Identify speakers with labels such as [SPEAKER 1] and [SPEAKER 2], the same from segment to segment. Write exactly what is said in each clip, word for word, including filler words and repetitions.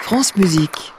[SPEAKER 1] France Musique.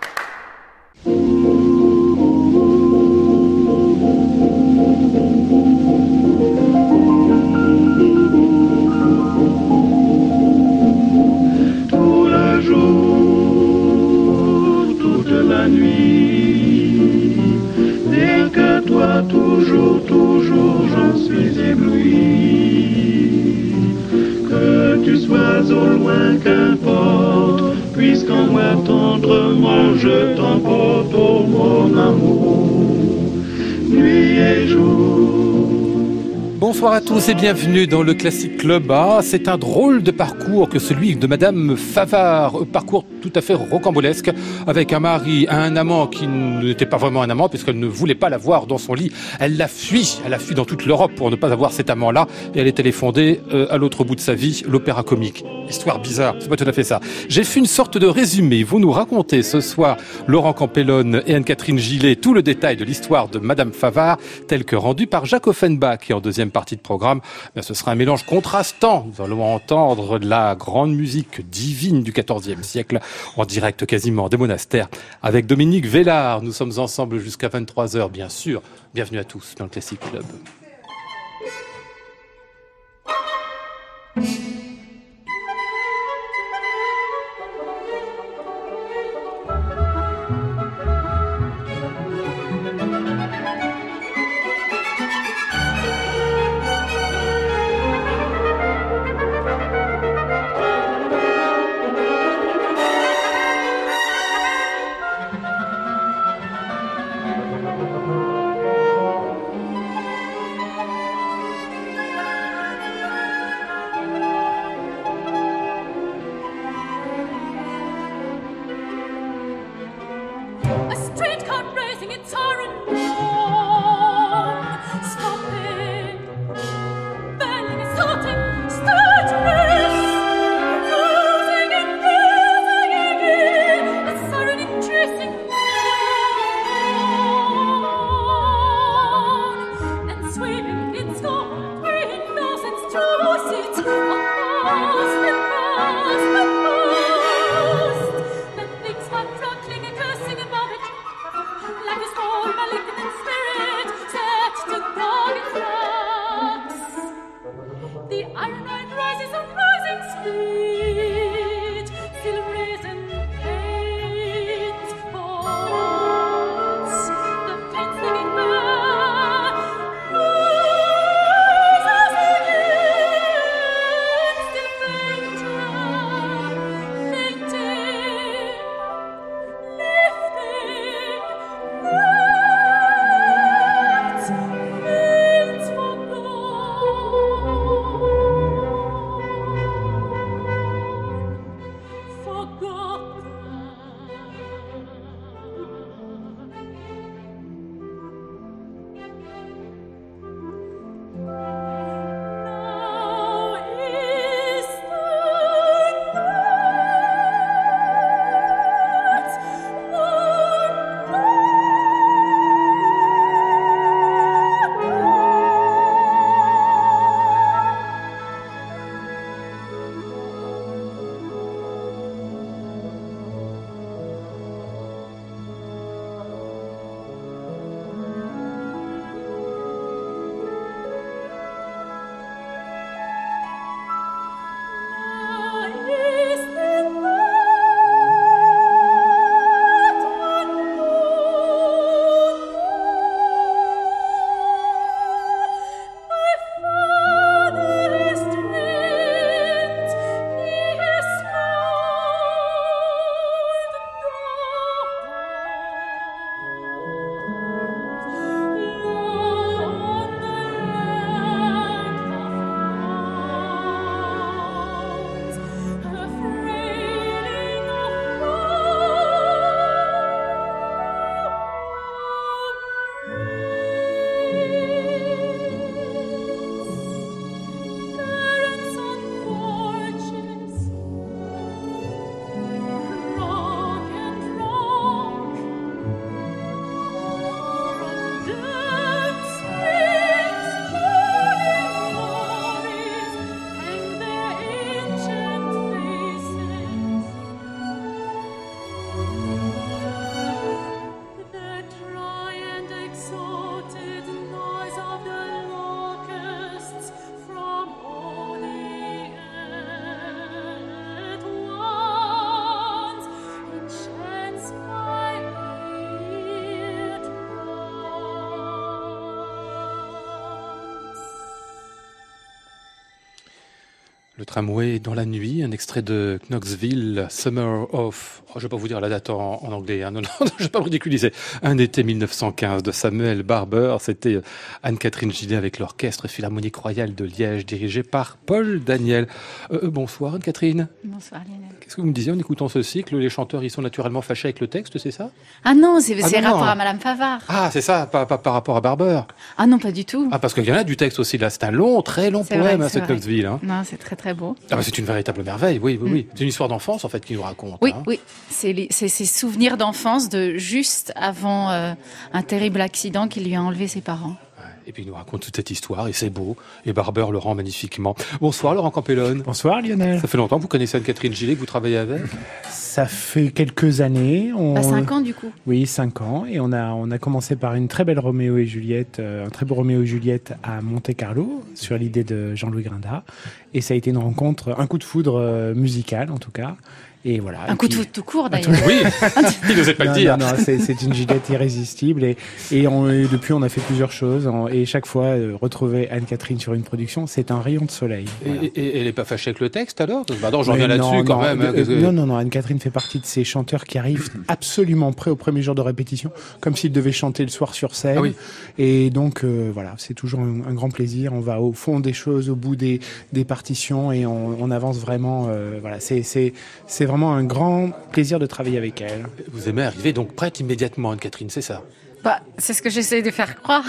[SPEAKER 2] Tout le jour, toute la nuit, rien que toi, toujours, toujours, j'en suis ébloui. Que tu sois au loin, qu'importe, puisqu'en moi tendrement je t'emporte, oh mon amour, nuit et jour.
[SPEAKER 3] Bonsoir à tous et bienvenue dans le Classic Club. Ah, c'est un drôle de parcours que celui de Madame Favart, un parcours tout à fait rocambolesque, avec un mari, un amant qui n'était pas vraiment un amant puisqu'elle ne voulait pas l'avoir dans son lit. Elle l'a fui, elle a fui dans toute l'Europe pour ne pas avoir cet amant-là et elle est allée fonder euh, à l'autre bout de sa vie l'opéra comique. Histoire bizarre, c'est pas tout à fait ça. J'ai fait une sorte de résumé. Vous nous racontez ce soir, Laurent Campellone et Anne-Catherine Gillet, tout le détail de l'histoire de Madame Favart, tel que rendu par Jacques Offenbach, qui est en deuxième partie de programme. Ben, ce sera un mélange contrastant. Nous allons entendre la grande musique divine du quatorzième siècle, en direct quasiment des monastères, avec Dominique Vélard. Nous sommes ensemble jusqu'à vingt-trois heures, bien sûr. Bienvenue à tous dans le Classic Club. Le tramway dans la nuit, un extrait de Knoxville, Summer of... Oh, je ne vais pas vous dire la date en, en anglais, hein. non, non, je ne vais pas me ridiculiser. Un été mille neuf cent quinze de Samuel Barber, c'était Anne-Catherine Gillet avec l'Orchestre Philharmonique Royale de Liège, dirigé par Paul Daniel. Euh, bonsoir Anne-Catherine.
[SPEAKER 1] Bonsoir Lionel.
[SPEAKER 3] Qu'est-ce que vous me disiez en écoutant ce cycle? Les chanteurs, ils sont naturellement fâchés avec le texte, c'est ça?
[SPEAKER 1] Ah non, c'est
[SPEAKER 3] Ah
[SPEAKER 1] c'est
[SPEAKER 3] non,
[SPEAKER 1] rapport
[SPEAKER 3] non.
[SPEAKER 1] à Madame Favard.
[SPEAKER 3] Ah, c'est ça, pas, pas par rapport à Barber.
[SPEAKER 1] Ah non, pas du tout.
[SPEAKER 3] Ah, parce qu'il y en a du texte aussi, là. C'est un long, très long
[SPEAKER 1] C'est
[SPEAKER 3] poème,
[SPEAKER 1] vrai,
[SPEAKER 3] hein,
[SPEAKER 1] c'est
[SPEAKER 3] cette
[SPEAKER 1] vrai.
[SPEAKER 3] Knoxville. Hein.
[SPEAKER 1] Non, c'est très très beau.
[SPEAKER 3] Ah, bah, c'est une véritable merveille, oui, oui,
[SPEAKER 1] Mm.
[SPEAKER 3] oui. C'est une histoire d'enfance, en fait, qu'il nous raconte.
[SPEAKER 1] Oui,
[SPEAKER 3] hein.
[SPEAKER 1] oui. C'est les- c'est ses souvenirs d'enfance de juste avant euh, un terrible accident qui lui a enlevé ses parents.
[SPEAKER 3] Et puis il nous raconte toute cette histoire, et c'est beau. Et Barber le rend magnifiquement. Bonsoir Laurent Campellone.
[SPEAKER 4] Bonsoir Lionel.
[SPEAKER 3] Ça fait longtemps que vous connaissez Anne-Catherine Gillet, que vous travaillez avec?
[SPEAKER 4] Ça fait quelques années. On...
[SPEAKER 1] Bah, cinq ans du coup.
[SPEAKER 4] Oui, cinq ans. Et on a, on a commencé par une très belle Roméo et Juliette, euh, un très beau Roméo et Juliette à Monte-Carlo, sur l'idée de Jean-Louis Grinda. Et ça a été une rencontre, un coup de foudre euh, musical en tout cas. Et voilà.
[SPEAKER 1] Un
[SPEAKER 4] Et
[SPEAKER 1] coup de
[SPEAKER 4] puis-
[SPEAKER 1] foudre tout court d'ailleurs.
[SPEAKER 3] Oui, il n'osait pas
[SPEAKER 4] non,
[SPEAKER 3] le dire.
[SPEAKER 4] non, non, c'est, c'est une Gillette irrésistible et, et, on- et depuis on a fait plusieurs choses on- et chaque fois euh, retrouver Anne-Catherine sur une production c'est un rayon de soleil.
[SPEAKER 3] Et,
[SPEAKER 4] Voilà.
[SPEAKER 3] et- et elle n'est pas fâchée avec le texte alors? Bah non, j'en
[SPEAKER 4] Mais
[SPEAKER 3] reviens là-dessus
[SPEAKER 4] non,
[SPEAKER 3] quand
[SPEAKER 4] non,
[SPEAKER 3] même. hein,
[SPEAKER 4] euh,
[SPEAKER 3] qu'est-ce que-
[SPEAKER 4] Non, non, non. Anne-Catherine fait partie de ces chanteurs qui arrivent absolument prêts au premier jour de répétition, comme s'ils devaient chanter le soir sur scène.
[SPEAKER 3] Ah oui.
[SPEAKER 4] Et donc, euh, voilà, c'est toujours un, un grand plaisir. On va au fond des choses, au bout des, des partitions et on, on avance vraiment. Euh, voilà, c'est, c'est, c'est vraiment un grand plaisir de travailler avec elle.
[SPEAKER 3] Vous aimez arriver donc prête immédiatement, Anne-Catherine, c'est ça?
[SPEAKER 1] Bah, c'est ce que j'essaie de faire croire.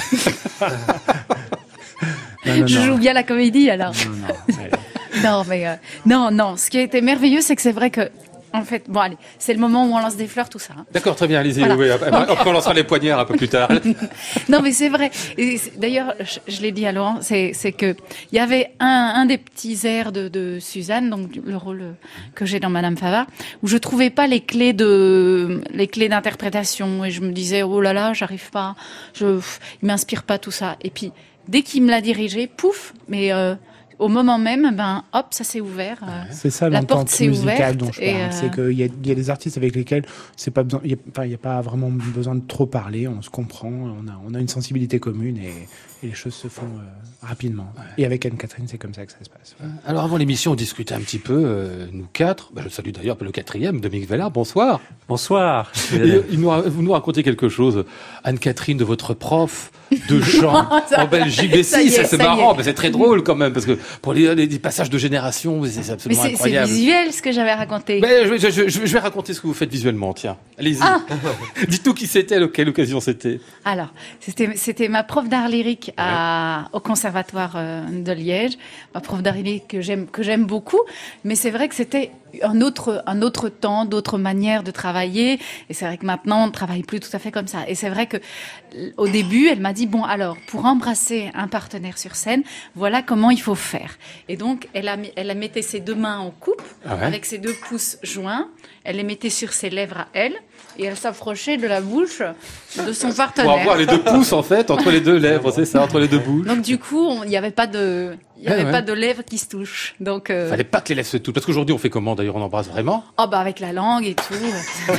[SPEAKER 4] Non, non,
[SPEAKER 1] Je
[SPEAKER 4] non.
[SPEAKER 1] joue bien la comédie alors.
[SPEAKER 4] Non, non, elle-
[SPEAKER 1] Non, mais euh, non, non. Ce qui a été merveilleux, c'est que c'est vrai que, en fait, bon, allez, c'est le moment où on lance des fleurs, tout ça. hein.
[SPEAKER 3] D'accord, très bien, allez-y.
[SPEAKER 1] Voilà.
[SPEAKER 3] Oui, après, après, on lancera les poignards un peu plus tard.
[SPEAKER 1] Non, mais c'est vrai. Et c'est- d'ailleurs, je, je l'ai dit à Laurent, c'est, c'est que il y avait un, un des petits airs de, de Suzanne, donc du- le rôle euh, que j'ai dans Madame Favard, où je trouvais pas les clés de, les clés d'interprétation, et je me disais oh là là, j'arrive pas, je, pff, il m'inspire pas tout ça. Et puis dès qu'il me l'a dirigé, pouf, mais euh, au moment même, ben hop, ça s'est ouvert. euh,
[SPEAKER 4] C'est ça
[SPEAKER 1] La
[SPEAKER 4] l'entente
[SPEAKER 1] porte s'est
[SPEAKER 4] musicale
[SPEAKER 1] ouverte
[SPEAKER 4] dont je
[SPEAKER 1] et,
[SPEAKER 4] parle.
[SPEAKER 1] euh,
[SPEAKER 4] C'est qu'il y a, il y a des artistes avec lesquels c'est pas besoin, il y a, enfin, il y a pas vraiment besoin de trop parler. On se comprend, on a, on a une sensibilité commune et, et les choses se font euh, rapidement. Et avec Anne-Catherine, c'est comme ça que ça se passe.
[SPEAKER 3] Alors avant l'émission, on discutait un petit peu, euh, nous quatre. Bah, je salue d'ailleurs le quatrième, Dominique Vellard. Bonsoir.
[SPEAKER 5] Bonsoir.
[SPEAKER 3] Et, euh, il nous ra- vous nous racontez quelque chose, Anne-Catherine, de votre prof de chant
[SPEAKER 1] Ça-
[SPEAKER 3] en Belgique. Mais
[SPEAKER 1] ça
[SPEAKER 3] si,
[SPEAKER 1] y est,
[SPEAKER 3] ça, c'est
[SPEAKER 1] ça y
[SPEAKER 3] marrant,
[SPEAKER 1] est.
[SPEAKER 3] mais c'est très drôle quand même, parce que pour les, les- les passages de génération, c'est c'est
[SPEAKER 1] Mais
[SPEAKER 3] absolument
[SPEAKER 1] c'est, c'est
[SPEAKER 3] incroyable.
[SPEAKER 1] visuel ce que j'avais raconté.
[SPEAKER 3] Mais je, je- je- je vais raconter ce que vous faites visuellement, tiens. Allez-y.
[SPEAKER 1] Ah.
[SPEAKER 3] Dites-nous qui c'était, à quelle occasion c'était.
[SPEAKER 1] Alors, c'était, c'était ma prof d'art lyrique à, au conservatoire euh, de Liège, ma prof d'art lyrique que j'aime, que j'aime beaucoup, mais c'est vrai que c'était un autre, un autre temps, d'autres manières de travailler, et c'est vrai que maintenant on ne travaille plus tout à fait comme ça. Et c'est vrai que l- au début, elle m'a dit bon alors pour embrasser un partenaire sur scène, voilà comment il faut faire. Et donc elle a, mis- elle a mettait ses deux mains en coupe
[SPEAKER 3] Ah ouais.
[SPEAKER 1] avec ses deux pouces joints, elle les mettait sur ses lèvres à elle, et elle s'approchait de la bouche de son
[SPEAKER 3] Pour
[SPEAKER 1] partenaire.
[SPEAKER 3] avoir les deux pouces, en fait, entre les deux lèvres, c'est ça, entre les deux bouches.
[SPEAKER 1] Donc du coup, on- il n'y avait pas de, il y
[SPEAKER 3] Ouais,
[SPEAKER 1] avait
[SPEAKER 3] ouais.
[SPEAKER 1] pas de lèvres qui se touchent. Donc, euh,
[SPEAKER 3] Fallait pas que les lèvres se touchent. Parce qu'aujourd'hui, on fait comment d'ailleurs? On embrasse vraiment?
[SPEAKER 1] oh bah avec la langue et tout.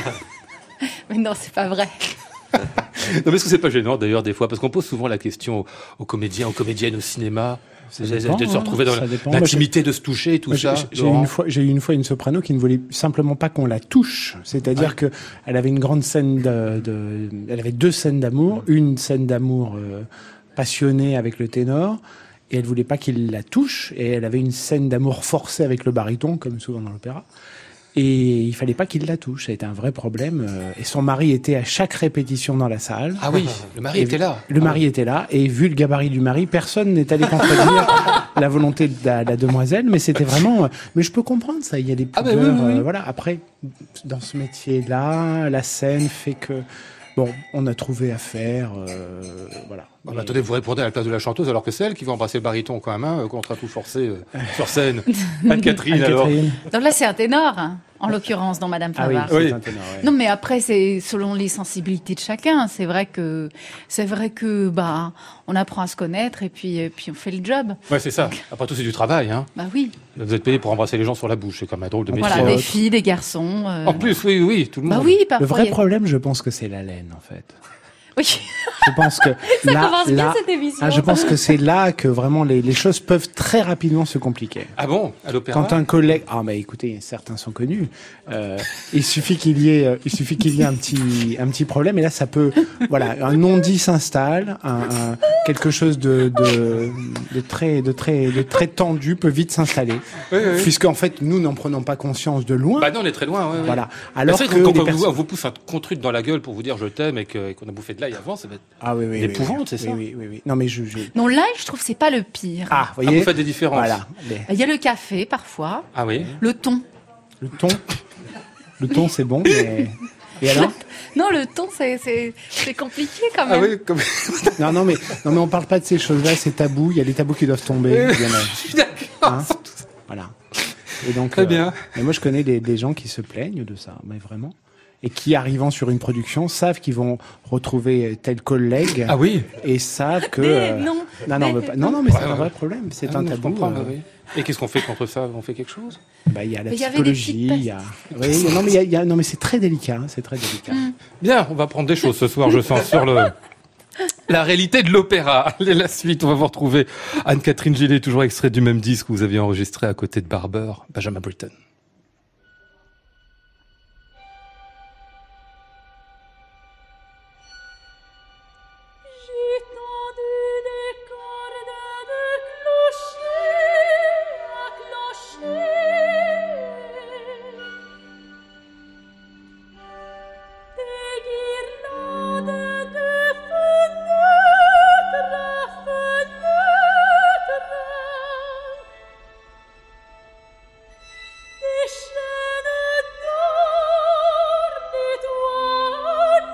[SPEAKER 1] Mais non, c'est pas vrai.
[SPEAKER 3] Non, mais est-ce que c'est pas gênant d'ailleurs des fois? Parce qu'on pose souvent la question aux, aux comédiens, aux comédiennes au cinéma.
[SPEAKER 4] Ça
[SPEAKER 3] de
[SPEAKER 4] dépend,
[SPEAKER 3] de se
[SPEAKER 4] hein,
[SPEAKER 3] retrouver dans
[SPEAKER 4] ça
[SPEAKER 3] la-
[SPEAKER 4] dépend.
[SPEAKER 3] l'intimité de se toucher et tout
[SPEAKER 4] Moi, j'ai-
[SPEAKER 3] ça.
[SPEAKER 4] j'ai- J'ai eu
[SPEAKER 3] Laurent.
[SPEAKER 4] une fois, j'ai eu une fois une soprano qui ne voulait simplement pas qu'on la touche. C'est-à-dire
[SPEAKER 3] Ouais.
[SPEAKER 4] que elle avait une grande scène de, de- elle avait deux scènes d'amour, une scène d'amour euh, passionnée avec le ténor, et elle voulait pas qu'il la touche, et elle avait une scène d'amour forcée avec le baryton, comme souvent dans l'opéra. Et il fallait pas qu'il la touche. Ça a été un vrai problème. euh, Et son mari était à chaque répétition dans la salle.
[SPEAKER 3] Ah oui, le mari
[SPEAKER 4] Et
[SPEAKER 3] était là.
[SPEAKER 4] Le
[SPEAKER 3] Ah
[SPEAKER 4] mari était là, et vu le gabarit du mari, personne n'est allé contredire la volonté de la, la demoiselle, mais c'était vraiment... euh, Mais je peux comprendre ça, il y a des
[SPEAKER 3] Ah
[SPEAKER 4] pudeurs,
[SPEAKER 3] bah oui, oui, oui.
[SPEAKER 4] euh, voilà. Après, dans ce métier-là, la scène fait que... Bon, on a trouvé à faire, euh, voilà.
[SPEAKER 3] Ah bah,
[SPEAKER 4] Mais-
[SPEAKER 3] attendez, vous répondez à la place de la chanteuse alors que c'est elle qui va embrasser le baryton quand même, hein, contre un tout forcé euh, sur scène. Anne-Catherine alors.
[SPEAKER 4] Anne-Catherine.
[SPEAKER 1] Donc là, c'est un ténor, hein, en l'occurrence, dans Madame
[SPEAKER 4] Ah oui,
[SPEAKER 1] Favard.
[SPEAKER 4] c'est
[SPEAKER 3] Oui.
[SPEAKER 4] un ténor, ouais.
[SPEAKER 1] Non, mais après, c'est selon les sensibilités de chacun. C'est vrai que, c'est vrai que, bah, on apprend à se connaître et puis, et puis on fait le job.
[SPEAKER 3] Ouais, c'est ça. Après tout, c'est du travail. Hein.
[SPEAKER 1] Bah oui.
[SPEAKER 3] Vous êtes payé pour embrasser les gens sur la bouche. C'est quand même un drôle de métier.
[SPEAKER 1] Voilà,
[SPEAKER 4] Métro.
[SPEAKER 1] des filles, des garçons. euh,
[SPEAKER 3] En plus, oui, oui, tout le monde.
[SPEAKER 1] Bah oui,
[SPEAKER 4] Le
[SPEAKER 1] parfois.
[SPEAKER 4] vrai
[SPEAKER 1] il y a-
[SPEAKER 4] problème, je pense que c'est la laine, en fait.
[SPEAKER 1] Oui.
[SPEAKER 4] Je pense que
[SPEAKER 1] Ça
[SPEAKER 4] là,
[SPEAKER 1] commence bien
[SPEAKER 4] là,
[SPEAKER 1] cette émission.
[SPEAKER 4] ah, je pense que c'est là que vraiment les, les choses peuvent très rapidement se compliquer.
[SPEAKER 3] Ah bon, à l'opéra.
[SPEAKER 4] Quand un collègue, ah bah écoutez, certains sont connus. Euh, il suffit qu'il y ait, il suffit qu'il y ait un petit, un petit problème, et là ça peut, voilà, un non-dit s'installe, un, un- quelque chose de, de, de très, de très, de très tendu peut vite s'installer,
[SPEAKER 3] Oui, oui.
[SPEAKER 4] puisqu'en fait nous n'en prenons pas conscience de loin.
[SPEAKER 3] Bah non, on est très loin. Ouais, ouais.
[SPEAKER 4] Voilà.
[SPEAKER 3] Bah,
[SPEAKER 4] Alors
[SPEAKER 3] c'est
[SPEAKER 4] que
[SPEAKER 3] vrai que quand
[SPEAKER 4] les
[SPEAKER 3] on, vous,
[SPEAKER 4] personnes-
[SPEAKER 3] on vous pousse un contruite dans la gueule pour vous dire je t'aime et que- et qu'on a bouffé de l'ail avant, ça va être...
[SPEAKER 4] ah oui, oui, oui,
[SPEAKER 3] l'épouvante,
[SPEAKER 4] oui.
[SPEAKER 3] c'est ça.
[SPEAKER 4] Oui, oui, oui, oui. Non mais je, je...
[SPEAKER 1] Non, là, je trouve que c'est pas le pire.
[SPEAKER 4] ah, vous
[SPEAKER 3] Ah,
[SPEAKER 4] voyez.
[SPEAKER 3] vous faites des différences.
[SPEAKER 4] Voilà. Les-
[SPEAKER 1] Il y a le café, parfois.
[SPEAKER 3] Ah oui.
[SPEAKER 1] Le thon.
[SPEAKER 4] Le ton, le ton c'est bon, mais et alors?
[SPEAKER 1] Non, le thon, c'est, c'est, c'est compliqué quand
[SPEAKER 3] Ah
[SPEAKER 1] même.
[SPEAKER 3] oui, comme...
[SPEAKER 4] Non, non, mais non, mais on parle pas de ces choses-là. C'est tabou. Il y a des tabous qui doivent tomber.
[SPEAKER 3] Oui,
[SPEAKER 4] Il y en a.
[SPEAKER 3] je suis d'accord.
[SPEAKER 4] Hein Voilà. Et donc,
[SPEAKER 3] Très bien.
[SPEAKER 4] Mais moi, je connais des, des gens qui se plaignent de ça, mais vraiment, et qui, arrivant sur une production, savent qu'ils vont retrouver tel collègue
[SPEAKER 3] Ah oui.
[SPEAKER 4] et savent que.
[SPEAKER 1] Mais
[SPEAKER 4] euh,
[SPEAKER 1] non.
[SPEAKER 4] non, non,
[SPEAKER 1] Mais
[SPEAKER 4] mais pas- non, non, mais
[SPEAKER 3] Ouais,
[SPEAKER 4] c'est
[SPEAKER 3] ouais.
[SPEAKER 4] un vrai problème. C'est
[SPEAKER 3] Ah
[SPEAKER 4] un
[SPEAKER 3] non, je
[SPEAKER 4] tabou.
[SPEAKER 3] comprends,
[SPEAKER 4] euh,
[SPEAKER 3] bah oui. Et qu'est-ce qu'on fait contre ça? On fait quelque chose?
[SPEAKER 4] bah, il y a la
[SPEAKER 1] Mais il y avait des
[SPEAKER 4] psychologie.
[SPEAKER 1] petites
[SPEAKER 4] Il y a. Oui, non, mais il y a, il y a- non, mais c'est très délicat. hein, C'est très délicat.
[SPEAKER 3] Bien, on va prendre des choses ce soir, je sens, sur le... la réalité de l'opéra. Allez, la suite, on va vous retrouver Anne-Catherine Gillet, toujours extrait du même disque que vous aviez enregistré à côté de Barber, Benjamin Britten.
[SPEAKER 5] J'ai tendu des cordes de clocher à clocher, des guirlandes de fenêtres à fenêtres, des chaînes d'or, d'étoiles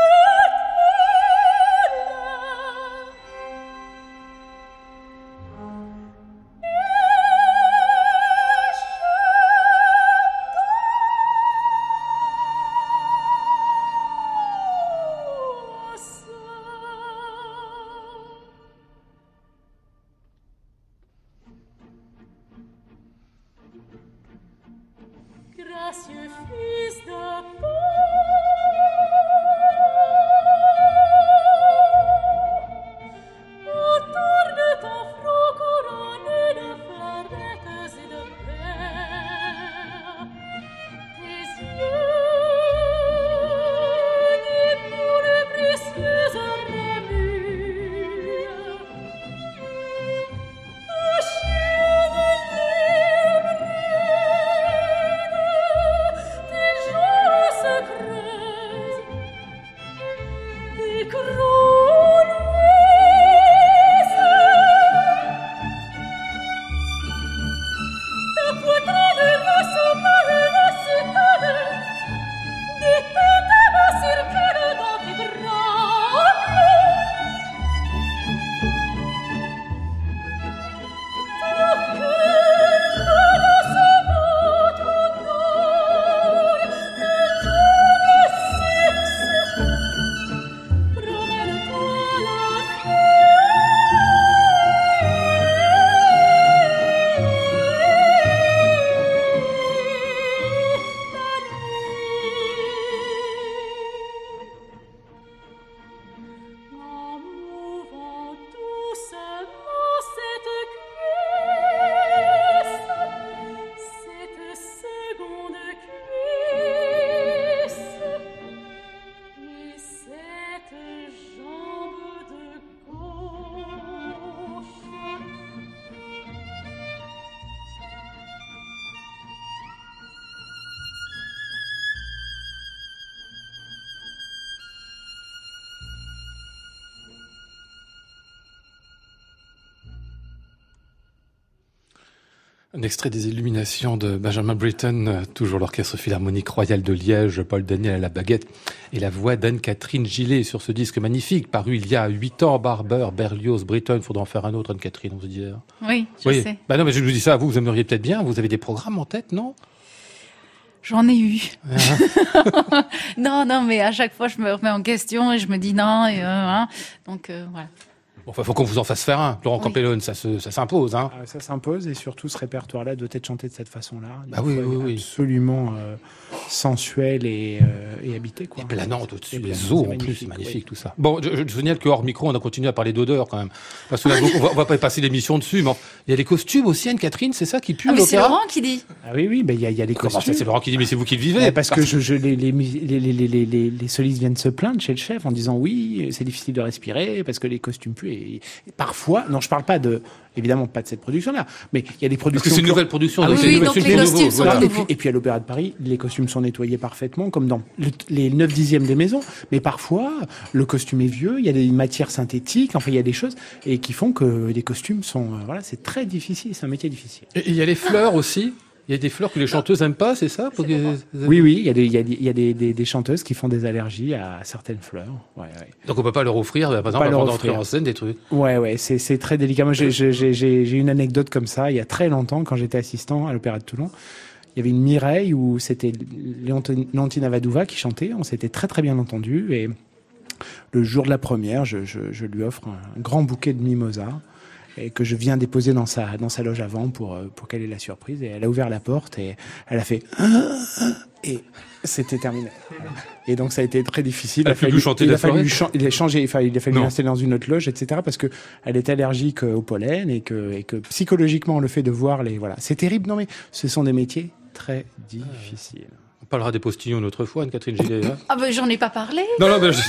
[SPEAKER 5] gracieux fils de Paul, autour de ton front couronné de fleurettes et de perles, tes yeux nés pour de précieuses ramures, cachés de l'herbe, tes joues se creusent, tes crocs luisent, ta poitrine ressemble à une citadelle, des têtes à circulent dans tes bras bleus. Ton cœur menace votre honneur, le double sexe promène-toi la nuit, la nuit. En mouvant doucement cette cuisse, cette seconde cuisse, et cette jambe de gauche.
[SPEAKER 3] Un extrait des Illuminations de Benjamin Britten, euh, toujours l'Orchestre Philharmonique Royal de Liège, Paul Daniel à la baguette, et la voix d'Anne-Catherine Gillet sur ce disque magnifique, paru il y a huit ans, Barber, Berlioz, Britten, il faudra en faire un autre, Anne-Catherine, on se dit hier.
[SPEAKER 1] Oui, je
[SPEAKER 3] Oui.
[SPEAKER 1] sais.
[SPEAKER 3] Bah non, mais je vous dis ça à vous, vous aimeriez peut-être bien, vous avez des programmes en tête, non?
[SPEAKER 1] J'en ai eu. Non, non, mais à chaque fois, je me remets en question et je me dis non. Et, euh, hein. Donc, euh, voilà.
[SPEAKER 3] Bon, enfin, faut qu'on vous en fasse faire un. Laurent
[SPEAKER 1] Oui.
[SPEAKER 3] Campellone, ça se, ça s'impose, hein.
[SPEAKER 4] Ah, ça s'impose, et surtout ce répertoire-là doit être chanté de cette façon-là. Il
[SPEAKER 3] Ah oui,
[SPEAKER 4] faut
[SPEAKER 3] oui, oui.
[SPEAKER 4] absolument euh, sensuelle et, euh, et habitée, quoi.
[SPEAKER 3] Et planante au-dessus
[SPEAKER 4] Et
[SPEAKER 3] des
[SPEAKER 4] planante,
[SPEAKER 3] eaux,
[SPEAKER 4] c'est
[SPEAKER 3] en plus, c'est
[SPEAKER 4] magnifique,
[SPEAKER 3] magnifique
[SPEAKER 4] oui.
[SPEAKER 3] tout ça. Bon, je, je, je signale que hors micro, on a continué à parler d'odeur quand même. Parce que là, on va, on va pas passer l'émission dessus, mais il y a les costumes aussi, Anne-Catherine, c'est ça qui pue
[SPEAKER 1] Ah,
[SPEAKER 3] à
[SPEAKER 1] mais c'est
[SPEAKER 3] l'opéra?
[SPEAKER 1] Laurent qui dit.
[SPEAKER 4] Ah oui, oui, ben, il y a, il y a les
[SPEAKER 3] Comment
[SPEAKER 4] costumes.
[SPEAKER 3] ça, c'est Laurent qui dit, mais c'est vous qui le vivez.
[SPEAKER 4] Ouais, parce que je, je, les, les, les, les, les, les, les, les solistes viennent se plaindre chez le chef en disant oui, c'est difficile de respirer parce que les costumes puent. Et, et parfois, non, je parle pas de, évidemment pas de cette production-là, mais il y a des
[SPEAKER 3] Parce
[SPEAKER 4] productions.
[SPEAKER 3] que c'est une
[SPEAKER 4] qui ont-
[SPEAKER 3] nouvelle production.
[SPEAKER 1] Ah
[SPEAKER 3] donc
[SPEAKER 1] oui,
[SPEAKER 3] c'est
[SPEAKER 1] oui,
[SPEAKER 3] une-
[SPEAKER 1] donc
[SPEAKER 3] c'est
[SPEAKER 1] les
[SPEAKER 3] nouveau,
[SPEAKER 1] costumes sont
[SPEAKER 3] voilà.
[SPEAKER 4] Et
[SPEAKER 1] nouveaux.
[SPEAKER 4] puis, et puis à l'Opéra de Paris, les costumes sont nettoyés parfaitement, comme dans le- les neuf dixièmes des maisons. Mais parfois, le costume est vieux, il y a des matières synthétiques, enfin il y a des choses et qui font que les costumes sont, euh, voilà, c'est très difficile, c'est un métier difficile.
[SPEAKER 3] Et il y a les fleurs aussi. Il y a des fleurs que les chanteuses n'aiment pas, c'est ça? Pour que-
[SPEAKER 4] Oui, oui, il y a des, il y a des, il y a des, des, des chanteuses qui font des allergies à certaines fleurs. Ouais, ouais.
[SPEAKER 3] Donc on peut pas leur offrir, par exemple,
[SPEAKER 4] pas leur
[SPEAKER 3] avant d'entrer
[SPEAKER 4] offrir.
[SPEAKER 3] en scène, des trucs.
[SPEAKER 4] Ouais, ouais, c'est, c'est très délicat. Moi, j'ai, j'ai, j'ai, j'ai une anecdote comme ça, il y a très longtemps, quand j'étais assistant à l'Opéra de Toulon. Il y avait une Mireille où c'était Léonti- Léontine Avadouva qui chantait, on s'était très très bien entendu. Et le jour de la première, je, je, je lui offre un grand bouquet de mimosa et que je viens déposer dans sa, dans sa loge avant pour, euh, pour qu'elle ait la surprise. Et elle a ouvert la porte et elle a fait... Et c'était terminé. Et donc ça a été très difficile.
[SPEAKER 3] Elle a pu chanter
[SPEAKER 4] il
[SPEAKER 3] la
[SPEAKER 4] a fallu
[SPEAKER 3] soirée
[SPEAKER 4] chan- il a changé, enfin il a fallu
[SPEAKER 3] Non.
[SPEAKER 4] l'installer dans une autre loge, et cetera. Parce que elle est allergique euh, au pollen et que, et que psychologiquement le fait de voir les, voilà, c'est terrible. Non mais ce sont des métiers très difficiles.
[SPEAKER 3] On parlera des postillons une autre fois, Anne-Catherine Gillet. Hein.
[SPEAKER 1] Ah ben j'en ai pas parlé.
[SPEAKER 3] Non, non, mais je...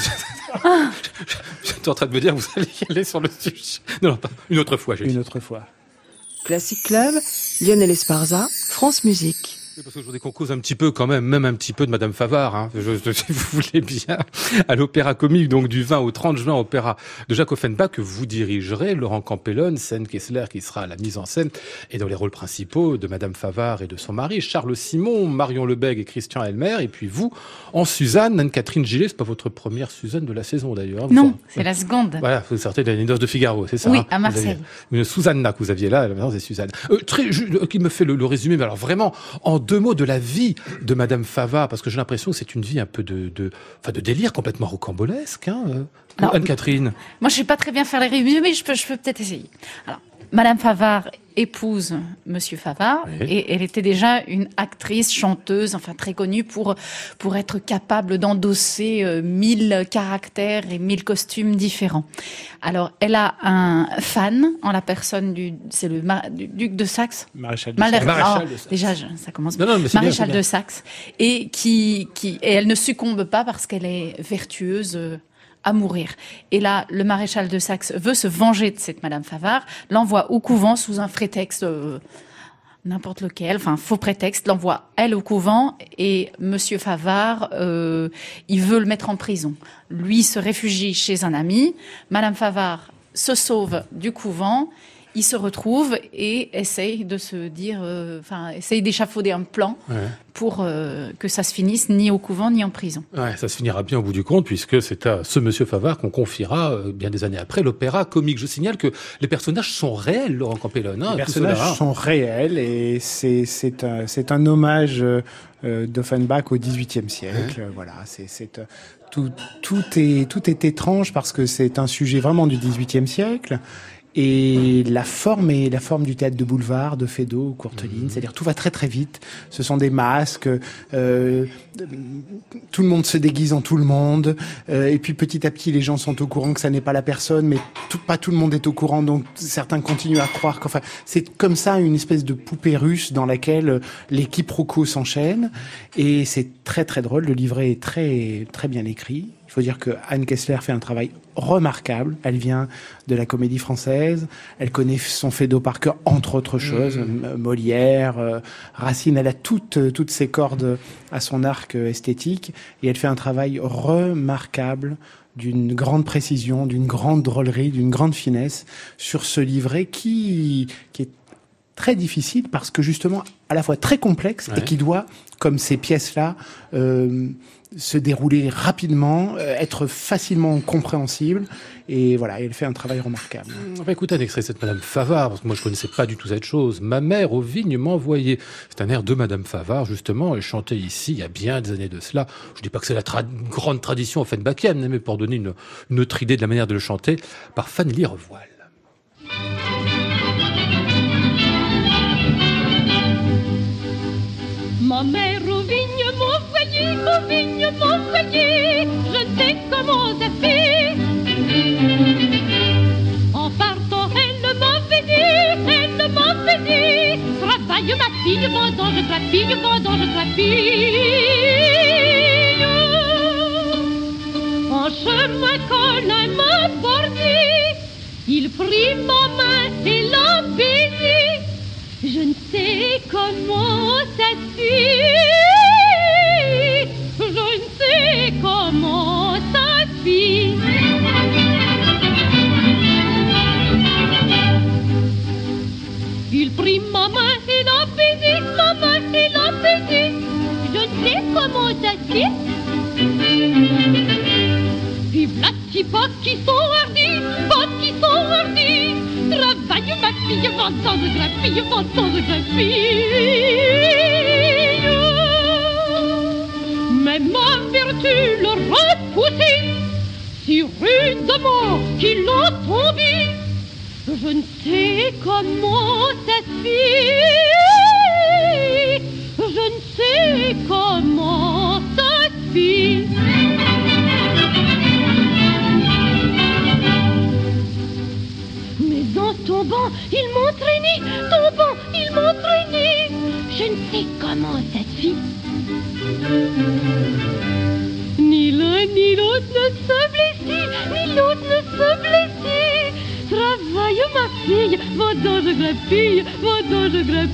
[SPEAKER 3] j'étais en train de me dire, vous allez y aller sur le sujet. Non, non, pas une autre fois, j'ai dit.
[SPEAKER 4] Une autre fois.
[SPEAKER 6] Classic Club, Lionel Esparza, France Musique.
[SPEAKER 3] Oui, parce qu'aujourd'hui qu'on cause un petit peu quand même, même un petit peu de Madame Favard, hein, je, je- si vous voulez bien, à l'Opéra Comique, donc du vingt au trente juin, opéra de Jacques Offenbach, que vous dirigerez, Laurent Campellone, Sen Kessler qui sera à la mise en scène, et dans les rôles principaux de Madame Favard et de son mari, Charles Simon, Marion Lebègue et Christian Elmer, et puis vous, en Suzanne, Anne-Catherine Gillet, c'est pas votre première Suzanne de la saison d'ailleurs. hein, vous
[SPEAKER 1] Non,
[SPEAKER 3] en-
[SPEAKER 1] c'est la seconde.
[SPEAKER 3] Voilà, vous sortez de la noce de Figaro, c'est ça?
[SPEAKER 1] Oui,
[SPEAKER 3] hein
[SPEAKER 1] à
[SPEAKER 3] Vous
[SPEAKER 1] Marseille.
[SPEAKER 3] aviez Une Susanna que vous aviez là, maintenant c'est Suzanne. Euh, très, ju- euh, qui me fait le, le résumé, mais alors vraiment, en deux mots de la vie de Madame Favard, parce que j'ai l'impression que c'est une vie un peu de, de, enfin de délire complètement rocambolesque, hein, euh,
[SPEAKER 1] Alors,
[SPEAKER 3] Anne-Catherine.
[SPEAKER 1] Moi, je sais pas très bien faire les résumés, mais je peux, je peux peut-être essayer. Alors, Madame Favard épouse Monsieur Favard,
[SPEAKER 3] Oui.
[SPEAKER 1] et elle était déjà une actrice, chanteuse, enfin très connue pour pour être capable d'endosser euh, mille caractères et mille costumes différents. Alors, elle a un fan en la personne du, c'est le ma- du duc de Saxe.
[SPEAKER 4] Maréchal de
[SPEAKER 1] Malher-
[SPEAKER 4] Saxe.
[SPEAKER 3] Maréchal
[SPEAKER 1] oh,
[SPEAKER 3] de Saxe.
[SPEAKER 1] Déjà, je- ça commence.
[SPEAKER 3] Non, non, mais c'est bien,
[SPEAKER 1] Maréchal
[SPEAKER 3] c'est bien.
[SPEAKER 1] de Saxe, et qui qui et elle ne succombe pas parce qu'elle est vertueuse. euh, à mourir. Et là, le maréchal de Saxe veut se venger de cette Madame Favard, l'envoie au couvent sous un prétexte euh, n'importe lequel, enfin faux prétexte, l'envoie elle au couvent et Monsieur Favard, euh, il veut le mettre en prison. Lui se réfugie chez un ami, Madame Favard se sauve du couvent, il se retrouve et essaye de se dire, euh, enfin essaye d'échafauder un plan
[SPEAKER 3] Ouais.
[SPEAKER 1] pour euh, que ça se finisse ni au couvent ni en prison.
[SPEAKER 3] Ouais, ça se finira bien au bout du compte, puisque c'est à ce Monsieur Favard qu'on confiera, euh, bien des années après, l'opéra comique. Je signale que les personnages sont réels, Laurent Campellone. Hein,
[SPEAKER 4] Les
[SPEAKER 3] tout
[SPEAKER 4] personnages
[SPEAKER 3] cela, hein.
[SPEAKER 4] sont réels et c'est c'est un c'est un hommage euh, euh, d'Offenbach au dix-huitième siècle. Euh, Voilà, c'est c'est euh, tout tout est tout est étrange parce que c'est un sujet vraiment du dix-huitième siècle. Et la forme est la forme du théâtre de boulevard, de Feydeau, Courteline, c'est-à-dire tout va très très vite. Ce sont des masques, euh, tout le monde se déguise en tout le monde, euh, et puis petit à petit les gens sont au courant que ça n'est pas la personne, mais tout, pas tout le monde est au courant, donc certains continuent à croire qu'enfin c'est comme ça une espèce de poupée russe dans laquelle les quiproquos s'enchaînent, et c'est très très drôle. Le livret est très très bien écrit. Il faut dire que Anne Kessler fait un travail remarquable. Elle vient de la Comédie Française. Elle connaît son Feydeau par cœur, entre autres choses. M- Molière, euh, Racine. Elle a toutes toutes ses cordes à son arc euh, esthétique et elle fait un travail remarquable, d'une grande précision, d'une grande drôlerie, d'une grande finesse sur ce livret qui qui est très difficile parce que justement à la fois très complexe
[SPEAKER 3] Ouais.
[SPEAKER 4] et qui doit, comme ces pièces-là, euh, se dérouler rapidement, euh, être facilement compréhensible. Et voilà, elle fait un travail remarquable.
[SPEAKER 3] On va écouter un extrait de cette Madame Favard, parce que moi je connaissais pas du tout cette chose. Ma mère aux vignes m'envoyait. C'est un air de Madame Favard, justement. Elle chantait ici il y a bien des années de cela. Je dis pas que c'est la tra- grande tradition offenbachienne, mais pour donner une, une autre idée de la manière de le chanter, par Fanny Revoil.
[SPEAKER 5] Ma mère aux vignes m'envoyait aux vignes Montpellier, je sais comment ça fait. En partant, elle m'avait dit, elle m'avait dit, travaille ma fille, vendange ta fille, vendange ta fille. En chemin, Colin m'a borné, il prit ma main et l'a baisé. Je ne sais comment ça se fait, je ne sais comment ça se fait. Il prit ma main et l'a baisé, ma main et l'a baisé. Je ne sais comment ça se fait. Puis v'là petits pas qui sont hardis, pas qui sont hardis. Travaille ma fille, vendange de la fille, vendange de la fille. Mais ma vertu le repoussait si rudement qu'il l'a tombé. Je ne sais comment ça se fait, je ne sais comment ça se fait. Mais en tombant, il m'entraînait, tombant, il m'entraînait. Je ne sais comment ça se fait. Ni l'un ni l'autre ne se blessait, ni l'autre ne se blessait. Travaille ma fille, vendange de la fille, vendange de la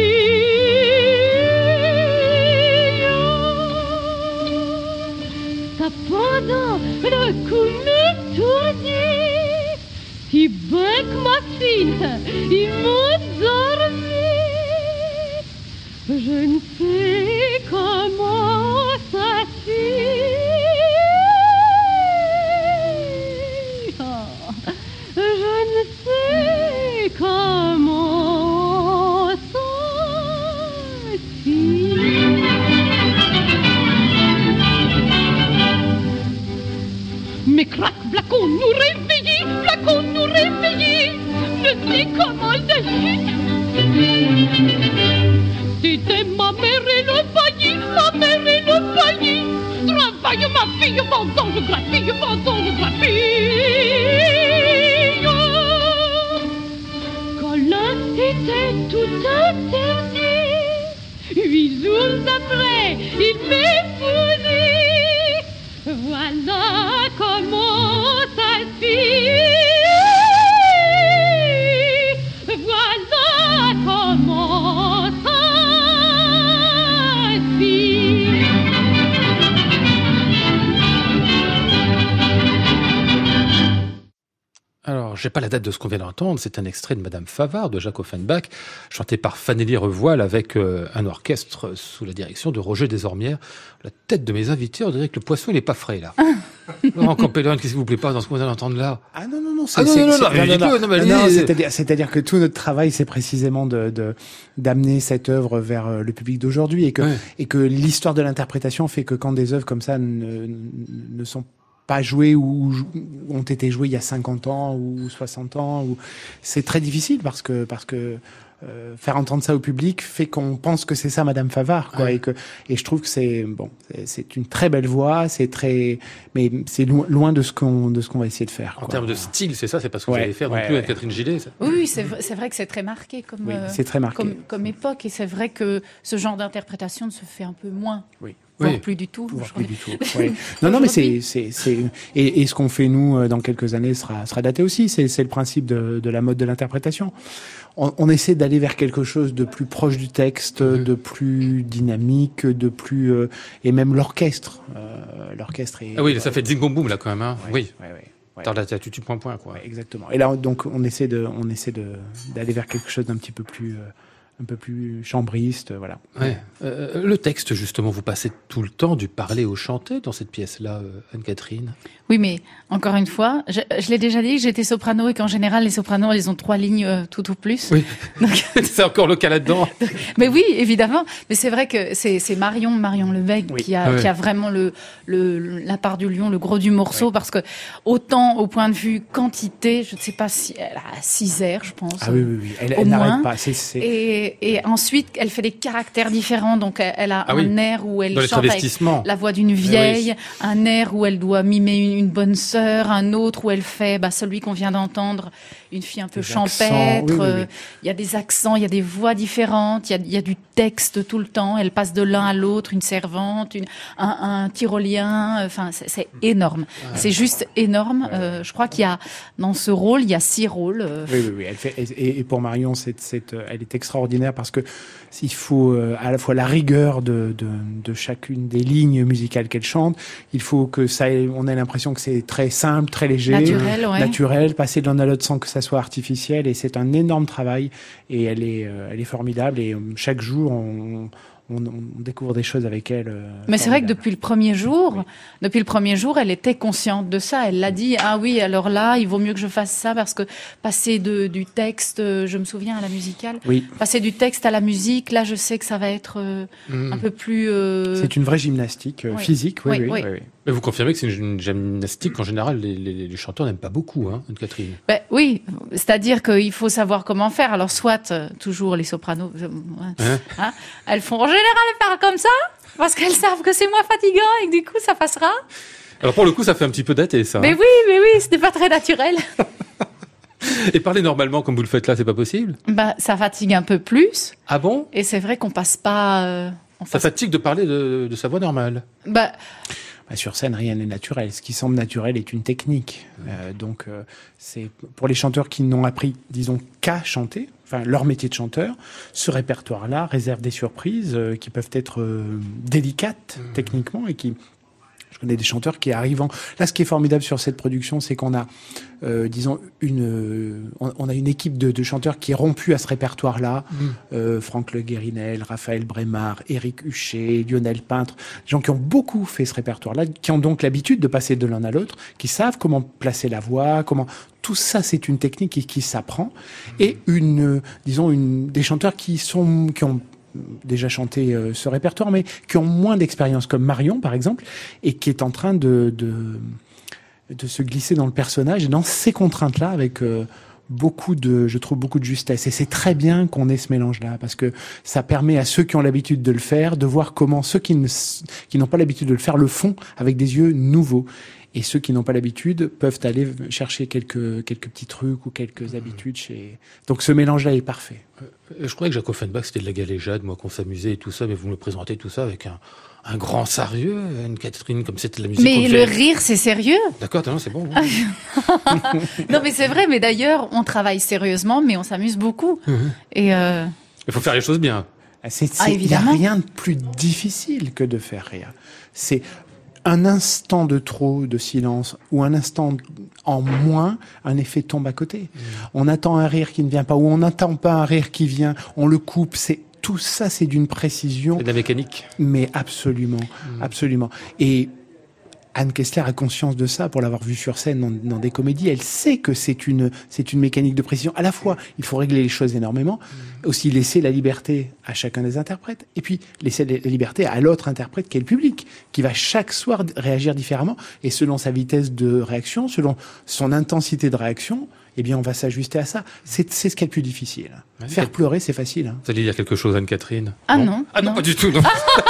[SPEAKER 5] fille. Cependant, le coup m'étourdit, si bien que ma fille, il m'endormit. Je ne sais comment ça se fait. Je ne sais comment ça se fait. Mais crac, Blacon nous réveillait, Blacon nous réveillait. Je sais comment d'agir. C'était ma mère et le paillis, ma mère et le paillis. Travaille ma fille, vendange de la fille, vendange de la fille. Colin était tout interdit. Huit jours après, il m'épousait. Voilà comment ça se fait. Voilà comment ça se fait.
[SPEAKER 3] Alors, j'ai pas la date de ce qu'on vient d'entendre, c'est un extrait de Madame Favart de Jacques Offenbach, chanté par Fanelli Revoile avec euh, un orchestre sous la direction de Roger Desormières. La tête de mes invités, on dirait que le poisson, il est pas frais, là. Laurent Campéloine, qu'est-ce qui vous plaît pas dans ce qu'on vient d'entendre là?
[SPEAKER 4] Ah non, non, non, c'est,
[SPEAKER 3] Ah non,
[SPEAKER 4] c'est,
[SPEAKER 3] non, non,
[SPEAKER 4] c'est-
[SPEAKER 3] non, mais
[SPEAKER 4] non,
[SPEAKER 3] dis-le,
[SPEAKER 4] non,
[SPEAKER 3] non, mais
[SPEAKER 4] non,
[SPEAKER 3] allez-y.
[SPEAKER 4] c'est-à-dire, c'est-à-dire que tout notre travail, c'est précisément de, de, d'amener cette œuvre vers euh, le public d'aujourd'hui et que,
[SPEAKER 3] Ouais.
[SPEAKER 4] et que l'histoire de l'interprétation fait que quand des œuvres comme ça ne, ne sont pas jouées ou jou- ont été jouées il y a cinquante ans ou soixante ans, ou c'est très difficile parce que, parce que, euh, faire entendre ça au public fait qu'on pense que c'est ça Madame Favart, quoi,
[SPEAKER 3] Ouais.
[SPEAKER 4] et que et je trouve que c'est bon, c'est, c'est une très belle voix, c'est très, mais c'est loin, loin de ce qu'on de ce qu'on va essayer de faire.
[SPEAKER 3] En
[SPEAKER 4] quoi.
[SPEAKER 3] termes de style, c'est ça, c'est pas ce que
[SPEAKER 4] Ouais,
[SPEAKER 3] vous allez faire non
[SPEAKER 4] ouais,
[SPEAKER 3] plus avec
[SPEAKER 4] ouais.
[SPEAKER 3] Catherine Gillet. Ça.
[SPEAKER 1] Oui, oui, c'est, v- c'est vrai que c'est très marqué comme,
[SPEAKER 4] Oui,
[SPEAKER 1] euh,
[SPEAKER 4] c'est très marqué.
[SPEAKER 1] comme, comme époque. Et c'est vrai que ce genre d'interprétation se fait un peu moins,
[SPEAKER 4] Oui.
[SPEAKER 1] voire
[SPEAKER 3] Oui.
[SPEAKER 1] plus du tout.
[SPEAKER 4] Voire
[SPEAKER 1] Je
[SPEAKER 4] plus
[SPEAKER 1] crois.
[SPEAKER 4] du tout. Ouais. Non, non, mais c'est, c'est, c'est, et, et ce qu'on fait nous euh, dans quelques années sera, sera daté aussi. C'est, c'est le principe de, de la mode de l'interprétation. On, on essaie d'aller vers quelque chose de plus proche du texte,
[SPEAKER 3] Mhm.
[SPEAKER 4] de plus dynamique, de plus, euh, et même l'orchestre. Euh, l'orchestre est.
[SPEAKER 3] Ah oui, ça fait zing boum boum là quand même. Hein.
[SPEAKER 4] Ouais,
[SPEAKER 3] Oui.
[SPEAKER 4] ouais, ouais, ouais.
[SPEAKER 3] T'as la tu tu point point quoi.
[SPEAKER 4] Ouais, exactement. Et là, on- donc, on essaie de, on essaie de, d'aller vers quelque chose d'un petit peu plus, euh, un peu plus chambriste, euh, voilà.
[SPEAKER 3] Ouais. Euh, le texte justement, vous passez tout le temps du parler au chanter dans cette pièce-là, euh, Anne-Catherine.
[SPEAKER 1] Oui, mais encore une fois, je, je l'ai déjà dit, j'étais soprano et qu'en général, les sopranos, ils ont trois lignes euh, tout au plus.
[SPEAKER 3] Oui.
[SPEAKER 1] Donc-
[SPEAKER 3] c'est encore le cas là-dedans.
[SPEAKER 1] Mais oui, évidemment. Mais c'est vrai que c'est, c'est Marion, Marion Lebègue
[SPEAKER 4] Oui.
[SPEAKER 1] qui a,
[SPEAKER 3] Ouais.
[SPEAKER 1] qui a vraiment le, le, la part du lion, le gros du morceau, parce que autant au point de vue quantité, je ne sais pas si elle a six airs, je pense.
[SPEAKER 4] Ah oui, oui, oui. Elle,
[SPEAKER 1] Au
[SPEAKER 4] elle
[SPEAKER 1] moins.
[SPEAKER 4] n'arrête pas. C'est, c'est...
[SPEAKER 1] Et Et, et ensuite, elle fait des caractères différents. Donc, elle, elle a
[SPEAKER 3] Ah
[SPEAKER 1] un
[SPEAKER 3] oui.
[SPEAKER 1] air où elle
[SPEAKER 3] Dans les
[SPEAKER 1] chante avec
[SPEAKER 3] travestissements.
[SPEAKER 1] la voix d'une vieille, un air où elle doit mimer une, une bonne sœur, un autre où elle fait bah, celui qu'on vient d'entendre, une fille un peu
[SPEAKER 4] Des
[SPEAKER 1] champêtre.
[SPEAKER 4] accents, oui, oui, oui.
[SPEAKER 1] euh, Il y a des accents, il y a des voix différentes, il y a, il y a du texte tout le temps. Elle passe de l'un à l'autre, une servante, une, un, un tyrolien. Enfin, c'est, c'est énorme. C'est juste énorme. Euh, je crois qu'il y a dans ce rôle, il y a six rôles. euh,
[SPEAKER 4] Oui, oui, oui. Elle fait, et, et pour Marion, c'est, c'est, euh, elle est extraordinaire parce que il faut euh, à la fois la rigueur de, de, de chacune des lignes musicales qu'elle chante. Il faut que ça ait, on ait l'impression que c'est très simple, très léger,
[SPEAKER 1] Naturel, ouais.
[SPEAKER 4] naturel, passer de l'un à l'autre sans que ça soit artificiel. Et c'est un énorme travail. Et elle est, euh, elle est formidable. Et euh, chaque jour, on, on, on découvre des choses avec elle. euh,
[SPEAKER 1] Mais c'est vrai que
[SPEAKER 4] formidables.
[SPEAKER 1] depuis le premier jour,
[SPEAKER 4] Oui.
[SPEAKER 1] depuis le premier jour, elle était consciente de ça. Elle l'a dit. Ah oui, alors là, il vaut mieux que je fasse ça parce que passer de, du texte, euh, je me souviens à la musicale,
[SPEAKER 4] Oui.
[SPEAKER 1] passer du texte à la musique, là, je sais que ça va être euh,
[SPEAKER 3] Mmh.
[SPEAKER 1] un peu plus. euh,
[SPEAKER 4] C'est une vraie gymnastique euh,
[SPEAKER 1] oui.
[SPEAKER 4] physique. Oui,
[SPEAKER 1] Oui,
[SPEAKER 4] oui,
[SPEAKER 1] oui.
[SPEAKER 4] oui, oui.
[SPEAKER 3] Mais vous confirmez que c'est une, une gymnastique qu'en général, les, les, les chanteurs n'aiment pas beaucoup, hein, Anne-Catherine.
[SPEAKER 1] Ben, oui, c'est-à-dire qu'il faut savoir comment faire. Alors, soit, euh, toujours les sopranos, euh,
[SPEAKER 3] Hein
[SPEAKER 1] hein, elles font en général, elles parlent comme ça, parce qu'elles savent que c'est moins fatigant et que du coup, ça passera.
[SPEAKER 3] Alors pour le coup, ça fait un petit peu daté, ça.
[SPEAKER 1] Mais
[SPEAKER 3] hein.
[SPEAKER 1] oui, mais oui, ce n'est pas très naturel.
[SPEAKER 3] Et parler normalement comme vous le faites là, c'est pas possible.
[SPEAKER 1] Bah, ça fatigue un peu plus.
[SPEAKER 3] Ah bon?
[SPEAKER 1] Et c'est vrai qu'on passe pas. euh, on
[SPEAKER 3] Ça
[SPEAKER 1] passe-
[SPEAKER 3] fatigue de parler de, de sa voix normale.
[SPEAKER 1] Bah,
[SPEAKER 4] Bah, sur scène, rien n'est naturel. Ce qui semble naturel est une technique. Euh, donc, euh, c'est pour les chanteurs qui n'ont appris, disons, qu'à chanter, enfin leur métier de chanteur, ce répertoire-là réserve des surprises euh, qui peuvent être euh, délicates techniquement et qui. Je connais des chanteurs qui arrivent en... Là, ce qui est formidable sur cette production, c'est qu'on a, euh, disons, une, euh, on, on a une équipe de, de chanteurs qui est rompue à ce répertoire-là.
[SPEAKER 3] Mmh.
[SPEAKER 4] Euh, Franck Le Guérinel, Raphaël Brémard, Éric Huchet, Lionel Peintre, des gens qui ont beaucoup fait ce répertoire-là, qui ont donc l'habitude de passer de l'un à l'autre, qui savent comment placer la voix, comment... Tout ça, c'est une technique qui, qui s'apprend. Et une, euh, disons, une, des chanteurs qui sont, qui ont déjà chanté euh, ce répertoire, mais qui ont moins d'expérience, comme Marion, par exemple, et qui est en train de, de, de se glisser dans le personnage et dans ces contraintes-là avec euh, beaucoup de, je trouve, beaucoup de justesse. Et c'est très bien qu'on ait ce mélange-là, parce que ça permet à ceux qui ont l'habitude de le faire de voir comment ceux qui, ne, qui n'ont pas l'habitude de le faire le font avec des yeux nouveaux. Et ceux qui n'ont pas l'habitude peuvent aller chercher quelques, quelques petits trucs ou quelques habitudes chez... Donc ce mélange-là est parfait.
[SPEAKER 3] Euh, Je croyais que Jacques Offenbach, c'était de la galéjade, moi, qu'on s'amusait et tout ça, mais vous me présentez tout ça avec un, un grand sérieux, Anne-Catherine, comme c'était de la musique.
[SPEAKER 1] mais
[SPEAKER 3] qu'on
[SPEAKER 1] le
[SPEAKER 3] fait.
[SPEAKER 1] rire, c'est sérieux.
[SPEAKER 3] D'accord, non, c'est bon.
[SPEAKER 1] Non, mais c'est vrai. Mais d'ailleurs, on travaille sérieusement, mais on s'amuse beaucoup. Et euh,
[SPEAKER 3] Il faut faire les choses bien.
[SPEAKER 4] C'est,
[SPEAKER 1] Ah,
[SPEAKER 4] c'est- il n'y a
[SPEAKER 1] évidemment.
[SPEAKER 4] rien de plus difficile que de faire rire. C'est un instant de trop de silence ou un instant en moins, un effet tombe à côté. On attend un rire qui ne vient pas ou on n'attend pas un rire qui vient, on le coupe. C'est tout ça, c'est d'une précision,
[SPEAKER 3] C'est de la mécanique.
[SPEAKER 4] mais absolument, absolument. Et Anne Kessler a conscience de ça pour l'avoir vue sur scène dans, dans des comédies. Elle sait que c'est une, c'est une mécanique de précision. À la fois, il faut régler les choses énormément, aussi laisser la liberté à chacun des interprètes, et puis laisser la liberté à l'autre interprète qui est le public, qui va chaque soir réagir différemment, et selon sa vitesse de réaction, selon son intensité de réaction, eh bien, on va s'ajuster à ça. C'est, c'est ce qui est le plus difficile.
[SPEAKER 3] Ouais,
[SPEAKER 4] Faire
[SPEAKER 3] c'est-
[SPEAKER 4] pleurer, c'est facile. Hein.
[SPEAKER 3] Vous allez dire quelque chose, Anne-Catherine?
[SPEAKER 1] Ah non,
[SPEAKER 3] Ah non,
[SPEAKER 1] non.
[SPEAKER 3] pas du tout. Non.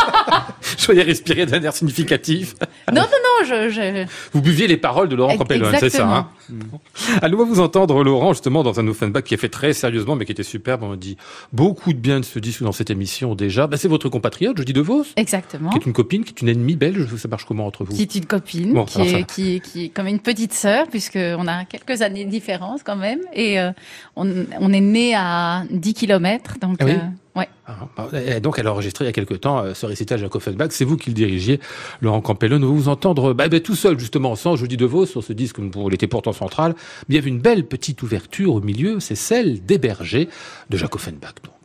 [SPEAKER 3] Je voyais respirer d'un air significatif.
[SPEAKER 1] non, non, non. Je, je...
[SPEAKER 3] Vous buviez les paroles de Laurent
[SPEAKER 1] Ex-
[SPEAKER 3] Campbell, c'est ça, hein? À nouveau vous entendre, Laurent, justement, dans un Offenbach qui est fait très sérieusement, mais qui était superbe. On dit beaucoup de bien de ce disque dans cette émission déjà. Bah, c'est votre compatriote, Jody DeVos,
[SPEAKER 1] Exactement.
[SPEAKER 3] qui est une copine, qui est une ennemie belge. Ça marche comment entre vous?
[SPEAKER 1] Qui est une copine,
[SPEAKER 3] Bon,
[SPEAKER 1] qui,
[SPEAKER 3] alors ça-
[SPEAKER 1] est, qui, est, qui est comme une petite sœur, puisqu'on a quelques années de différence quand même. Et euh, on, on est né à dix kilomètres. Donc,
[SPEAKER 3] Ah oui
[SPEAKER 1] euh, ouais.
[SPEAKER 3] Ah, bah, et donc, elle a enregistré il y a quelque temps euh, ce récital Jacques Offenbach. C'est vous qui le dirigiez, Laurent Campbell. Nous vous entendre bah, bah, tout seul, justement, sans Jody DeVos, sur ce disque où il était pourtant central. Mais il y avait une belle petite ouverture au milieu, c'est celle des bergers de Jacques Offenbach, donc.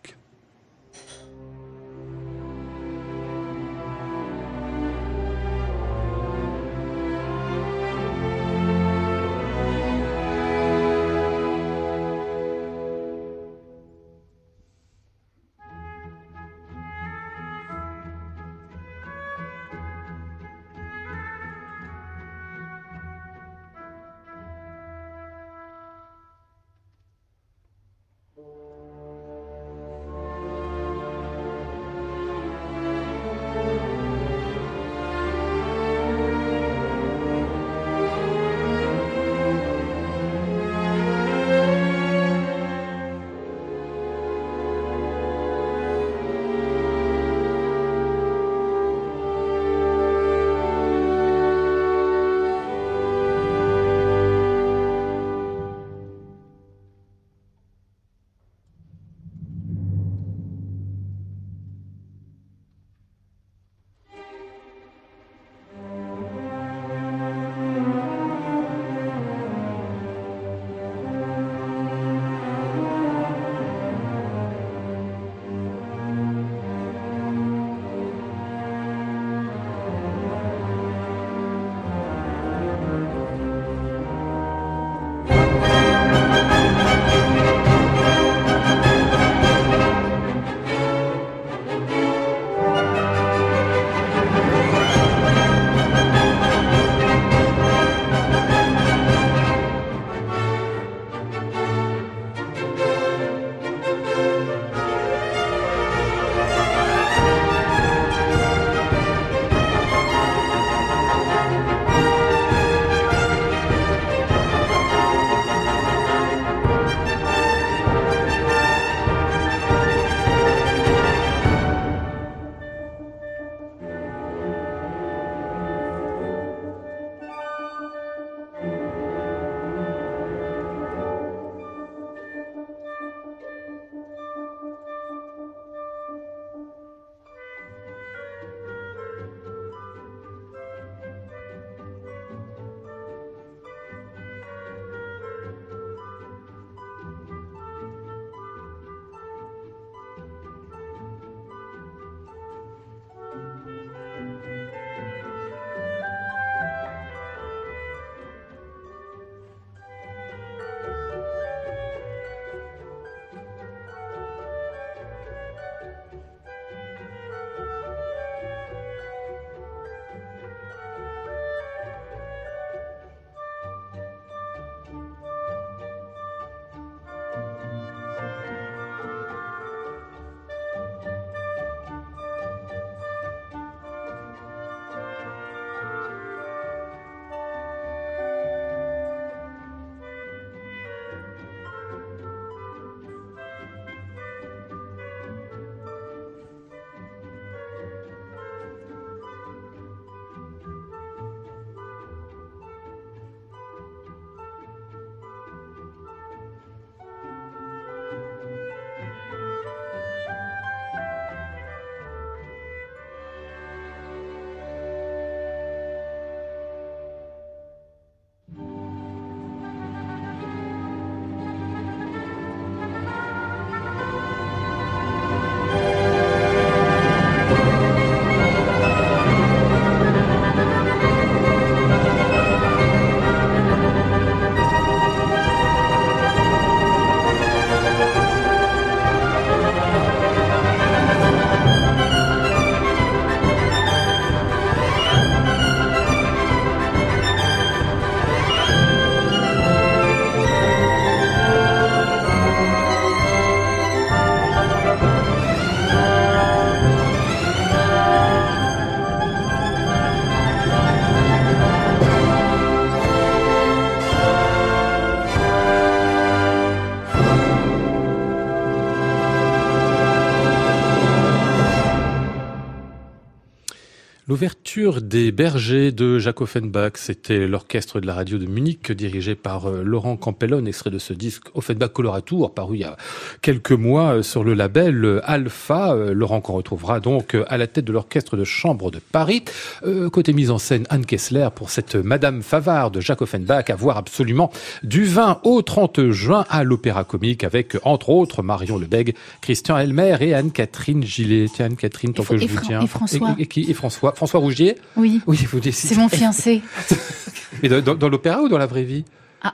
[SPEAKER 3] L'ouverture des Bergers de Jacques Offenbach, c'était l'orchestre de la radio de Munich dirigé par euh, Laurent Campellone, extrait de ce disque Offenbach Coloratur, paru il y a quelques mois euh, sur le label euh, Alpha. Euh, Laurent qu'on retrouvera donc euh, à la tête de l'orchestre de chambre de Paris. Euh, côté mise en scène, Anne Kessler pour cette Madame Favart de Jacques Offenbach, à voir absolument du vingt au trente juin à l'Opéra Comique avec entre autres Marion Lebègue, Christian Elmer et Anne-Catherine Gillet. Tiens, Anne-Catherine, tant
[SPEAKER 1] Et,
[SPEAKER 3] que
[SPEAKER 1] et
[SPEAKER 3] je vous
[SPEAKER 1] Fran-
[SPEAKER 3] tiens.
[SPEAKER 1] et François.
[SPEAKER 3] Et, et qui Et François. François Rougier.
[SPEAKER 1] Oui.
[SPEAKER 3] Oui, vous décidez.
[SPEAKER 1] C'est mon fiancé.
[SPEAKER 3] Mais dans, dans, dans l'opéra ou dans la vraie vie?
[SPEAKER 1] Ah.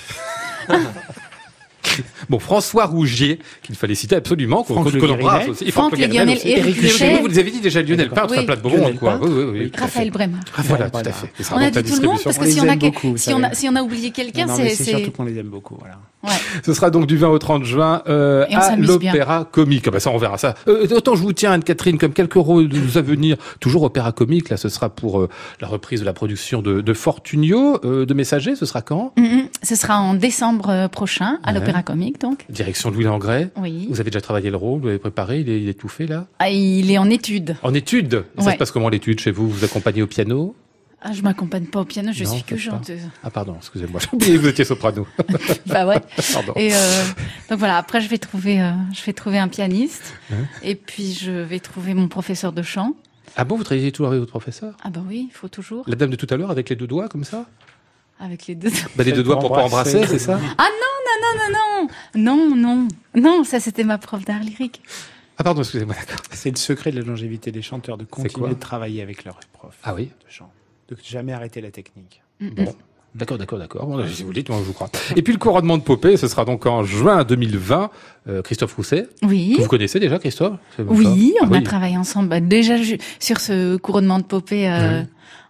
[SPEAKER 3] Bon, François Rougier, qu'il fallait citer absolument, qu'on
[SPEAKER 4] Franck
[SPEAKER 3] qu'on
[SPEAKER 4] Le
[SPEAKER 3] embrasse
[SPEAKER 4] Guérinel.
[SPEAKER 3] aussi. Et
[SPEAKER 1] Franck Le
[SPEAKER 3] Guérinel
[SPEAKER 1] Guérinel,
[SPEAKER 3] aussi.
[SPEAKER 1] Éric
[SPEAKER 3] Éric
[SPEAKER 1] Luchet.
[SPEAKER 3] Luchet. Vous les avez dit déjà, Lionel
[SPEAKER 4] Oui.
[SPEAKER 3] Peintre,
[SPEAKER 1] Oui.
[SPEAKER 3] Plat de Bronze,
[SPEAKER 4] Lionel
[SPEAKER 3] quoi.
[SPEAKER 4] Peintre.
[SPEAKER 3] Oui, oui, oui.
[SPEAKER 1] Oui, Raphaël Bremer.
[SPEAKER 3] Voilà,
[SPEAKER 4] Voilà.
[SPEAKER 3] tout à fait. Et ça
[SPEAKER 1] On a
[SPEAKER 3] remonte à
[SPEAKER 1] dit tout le monde
[SPEAKER 3] distribution.
[SPEAKER 1] parce
[SPEAKER 4] On
[SPEAKER 1] que
[SPEAKER 4] les
[SPEAKER 1] si on, a,
[SPEAKER 4] aime beaucoup, vous
[SPEAKER 1] si, on a,
[SPEAKER 4] savez.
[SPEAKER 1] si on a oublié quelqu'un,
[SPEAKER 4] Non, mais
[SPEAKER 1] c'est...
[SPEAKER 4] c'est
[SPEAKER 1] c'est-
[SPEAKER 4] surtout qu'on les aime beaucoup. Voilà.
[SPEAKER 1] Ouais.
[SPEAKER 3] Ce sera donc du vingt au trente juin euh,
[SPEAKER 1] Et on
[SPEAKER 3] à
[SPEAKER 1] s'amuse bien.
[SPEAKER 3] l'Opéra Comique. Ah bah ça, on verra ça. Euh, autant je vous tiens, Anne-Catherine, comme quelques rôles à venir, toujours Opéra Comique. Là, ce sera pour euh, la reprise de la production de, de Fortunio, euh, de Messager. Ce sera quand?
[SPEAKER 1] Mhm. Ce sera en décembre euh, prochain à
[SPEAKER 3] Ouais.
[SPEAKER 1] l'Opéra Comique, donc.
[SPEAKER 3] Direction de Louis Langret.
[SPEAKER 1] Oui.
[SPEAKER 3] Vous avez déjà travaillé le rôle, vous l'avez préparé, il est, il est tout fait là?
[SPEAKER 1] Ah, il est en étude.
[SPEAKER 3] En études. Ça
[SPEAKER 1] Ouais.
[SPEAKER 3] se passe comment l'étude chez vous? Vous accompagnez au piano?
[SPEAKER 1] Ah, je m'accompagne pas au piano, je
[SPEAKER 3] Non,
[SPEAKER 1] suis que
[SPEAKER 3] peut-être pas.
[SPEAKER 1] chanteuse.
[SPEAKER 3] Ah pardon, excusez-moi, j'ai oublié que vous étiez soprano.
[SPEAKER 1] Bah ouais.
[SPEAKER 3] Pardon.
[SPEAKER 1] Et euh, donc voilà, après je vais trouver, euh, je vais trouver un pianiste.
[SPEAKER 3] Ouais.
[SPEAKER 1] Et puis je vais trouver mon professeur de chant.
[SPEAKER 3] Ah bon, vous travaillez toujours avec votre professeur?
[SPEAKER 1] Ah bah oui, il faut toujours.
[SPEAKER 3] La dame de tout à l'heure avec les deux doigts comme ça?
[SPEAKER 1] Avec les deux.
[SPEAKER 3] Bah, les deux doigts pour pas embrasser, c'est ça?
[SPEAKER 1] Ah non, non, non, non, non, non, non. Non, ça c'était ma prof d'art lyrique.
[SPEAKER 3] Ah pardon, excusez-moi, d'accord.
[SPEAKER 4] C'est le secret de la longévité des chanteurs, de
[SPEAKER 3] quoi
[SPEAKER 4] continuer de travailler avec leur prof
[SPEAKER 3] Ah oui?
[SPEAKER 4] de chant, de jamais arrêter la technique.
[SPEAKER 3] Bon. D'accord, d'accord, d'accord. Bon, si vous le dites, moi je vous crois. Et puis le couronnement de Popée, ce sera donc en juin deux mille vingt. Euh, Christophe Rousset,
[SPEAKER 1] Oui.
[SPEAKER 3] que vous connaissez déjà, Christophe? C'est bon,
[SPEAKER 1] Oui,
[SPEAKER 3] ça
[SPEAKER 1] on
[SPEAKER 3] Ah
[SPEAKER 1] a travaillé ensemble. Bah, déjà ju- sur ce couronnement de Popée. Euh,
[SPEAKER 3] Ouais.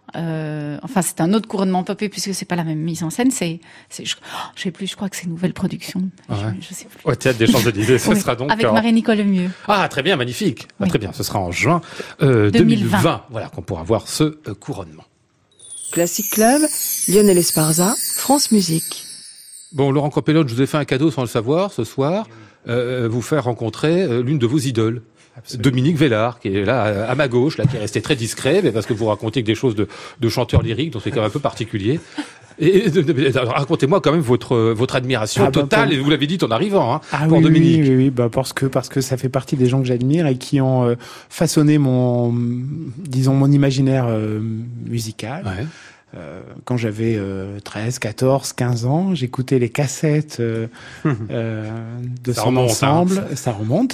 [SPEAKER 1] euh, enfin, c'est un autre couronnement de Popée puisque c'est pas la même mise en scène. C'est, c'est, je, oh, je sais plus. Je crois que c'est Nouvelle Production.
[SPEAKER 3] Ah ouais.
[SPEAKER 1] Je, je sais plus.
[SPEAKER 3] Au Théâtre des Champs-Élysées, ce
[SPEAKER 1] Oui,
[SPEAKER 3] sera donc
[SPEAKER 1] avec
[SPEAKER 3] en-
[SPEAKER 1] Marie-Nicole Lemieux.
[SPEAKER 3] Ah, très bien, magnifique. Ah,
[SPEAKER 1] Oui.
[SPEAKER 3] très bien, ce sera en juin euh, deux mille vingt.
[SPEAKER 1] deux mille vingt.
[SPEAKER 3] Voilà qu'on pourra voir ce euh, couronnement.
[SPEAKER 6] Classic Club, Lionel Esparza, France Musique.
[SPEAKER 3] Bon, Laurent Campellone, je vous ai fait un cadeau sans le savoir ce soir, euh, vous faire rencontrer euh, l'une de vos idoles.
[SPEAKER 4] Absolument.
[SPEAKER 3] Dominique Vellard, qui est là à- à ma gauche, là, qui est resté très discret, mais parce que vous racontez que des choses de, de chanteur lyrique, donc c'est quand même un peu particulier. Et, et, de- de- de- racontez-moi quand même votre votre admiration
[SPEAKER 4] Ah, bah,
[SPEAKER 3] totale,
[SPEAKER 4] pour-
[SPEAKER 3] et vous l'avez dit en arrivant, hein,
[SPEAKER 4] Ah
[SPEAKER 3] pour
[SPEAKER 4] oui,
[SPEAKER 3] Dominique.
[SPEAKER 4] oui, oui, oui, bah parce que parce que ça fait partie des gens que j'admire et qui ont euh, façonné mon, disons, mon imaginaire euh, musical.
[SPEAKER 3] Ouais.
[SPEAKER 4] Euh, quand j'avais euh, treize, quatorze, quinze ans, j'écoutais les cassettes euh, euh, de
[SPEAKER 3] Ça
[SPEAKER 4] son
[SPEAKER 3] remonte,
[SPEAKER 4] ensemble, ça remonte,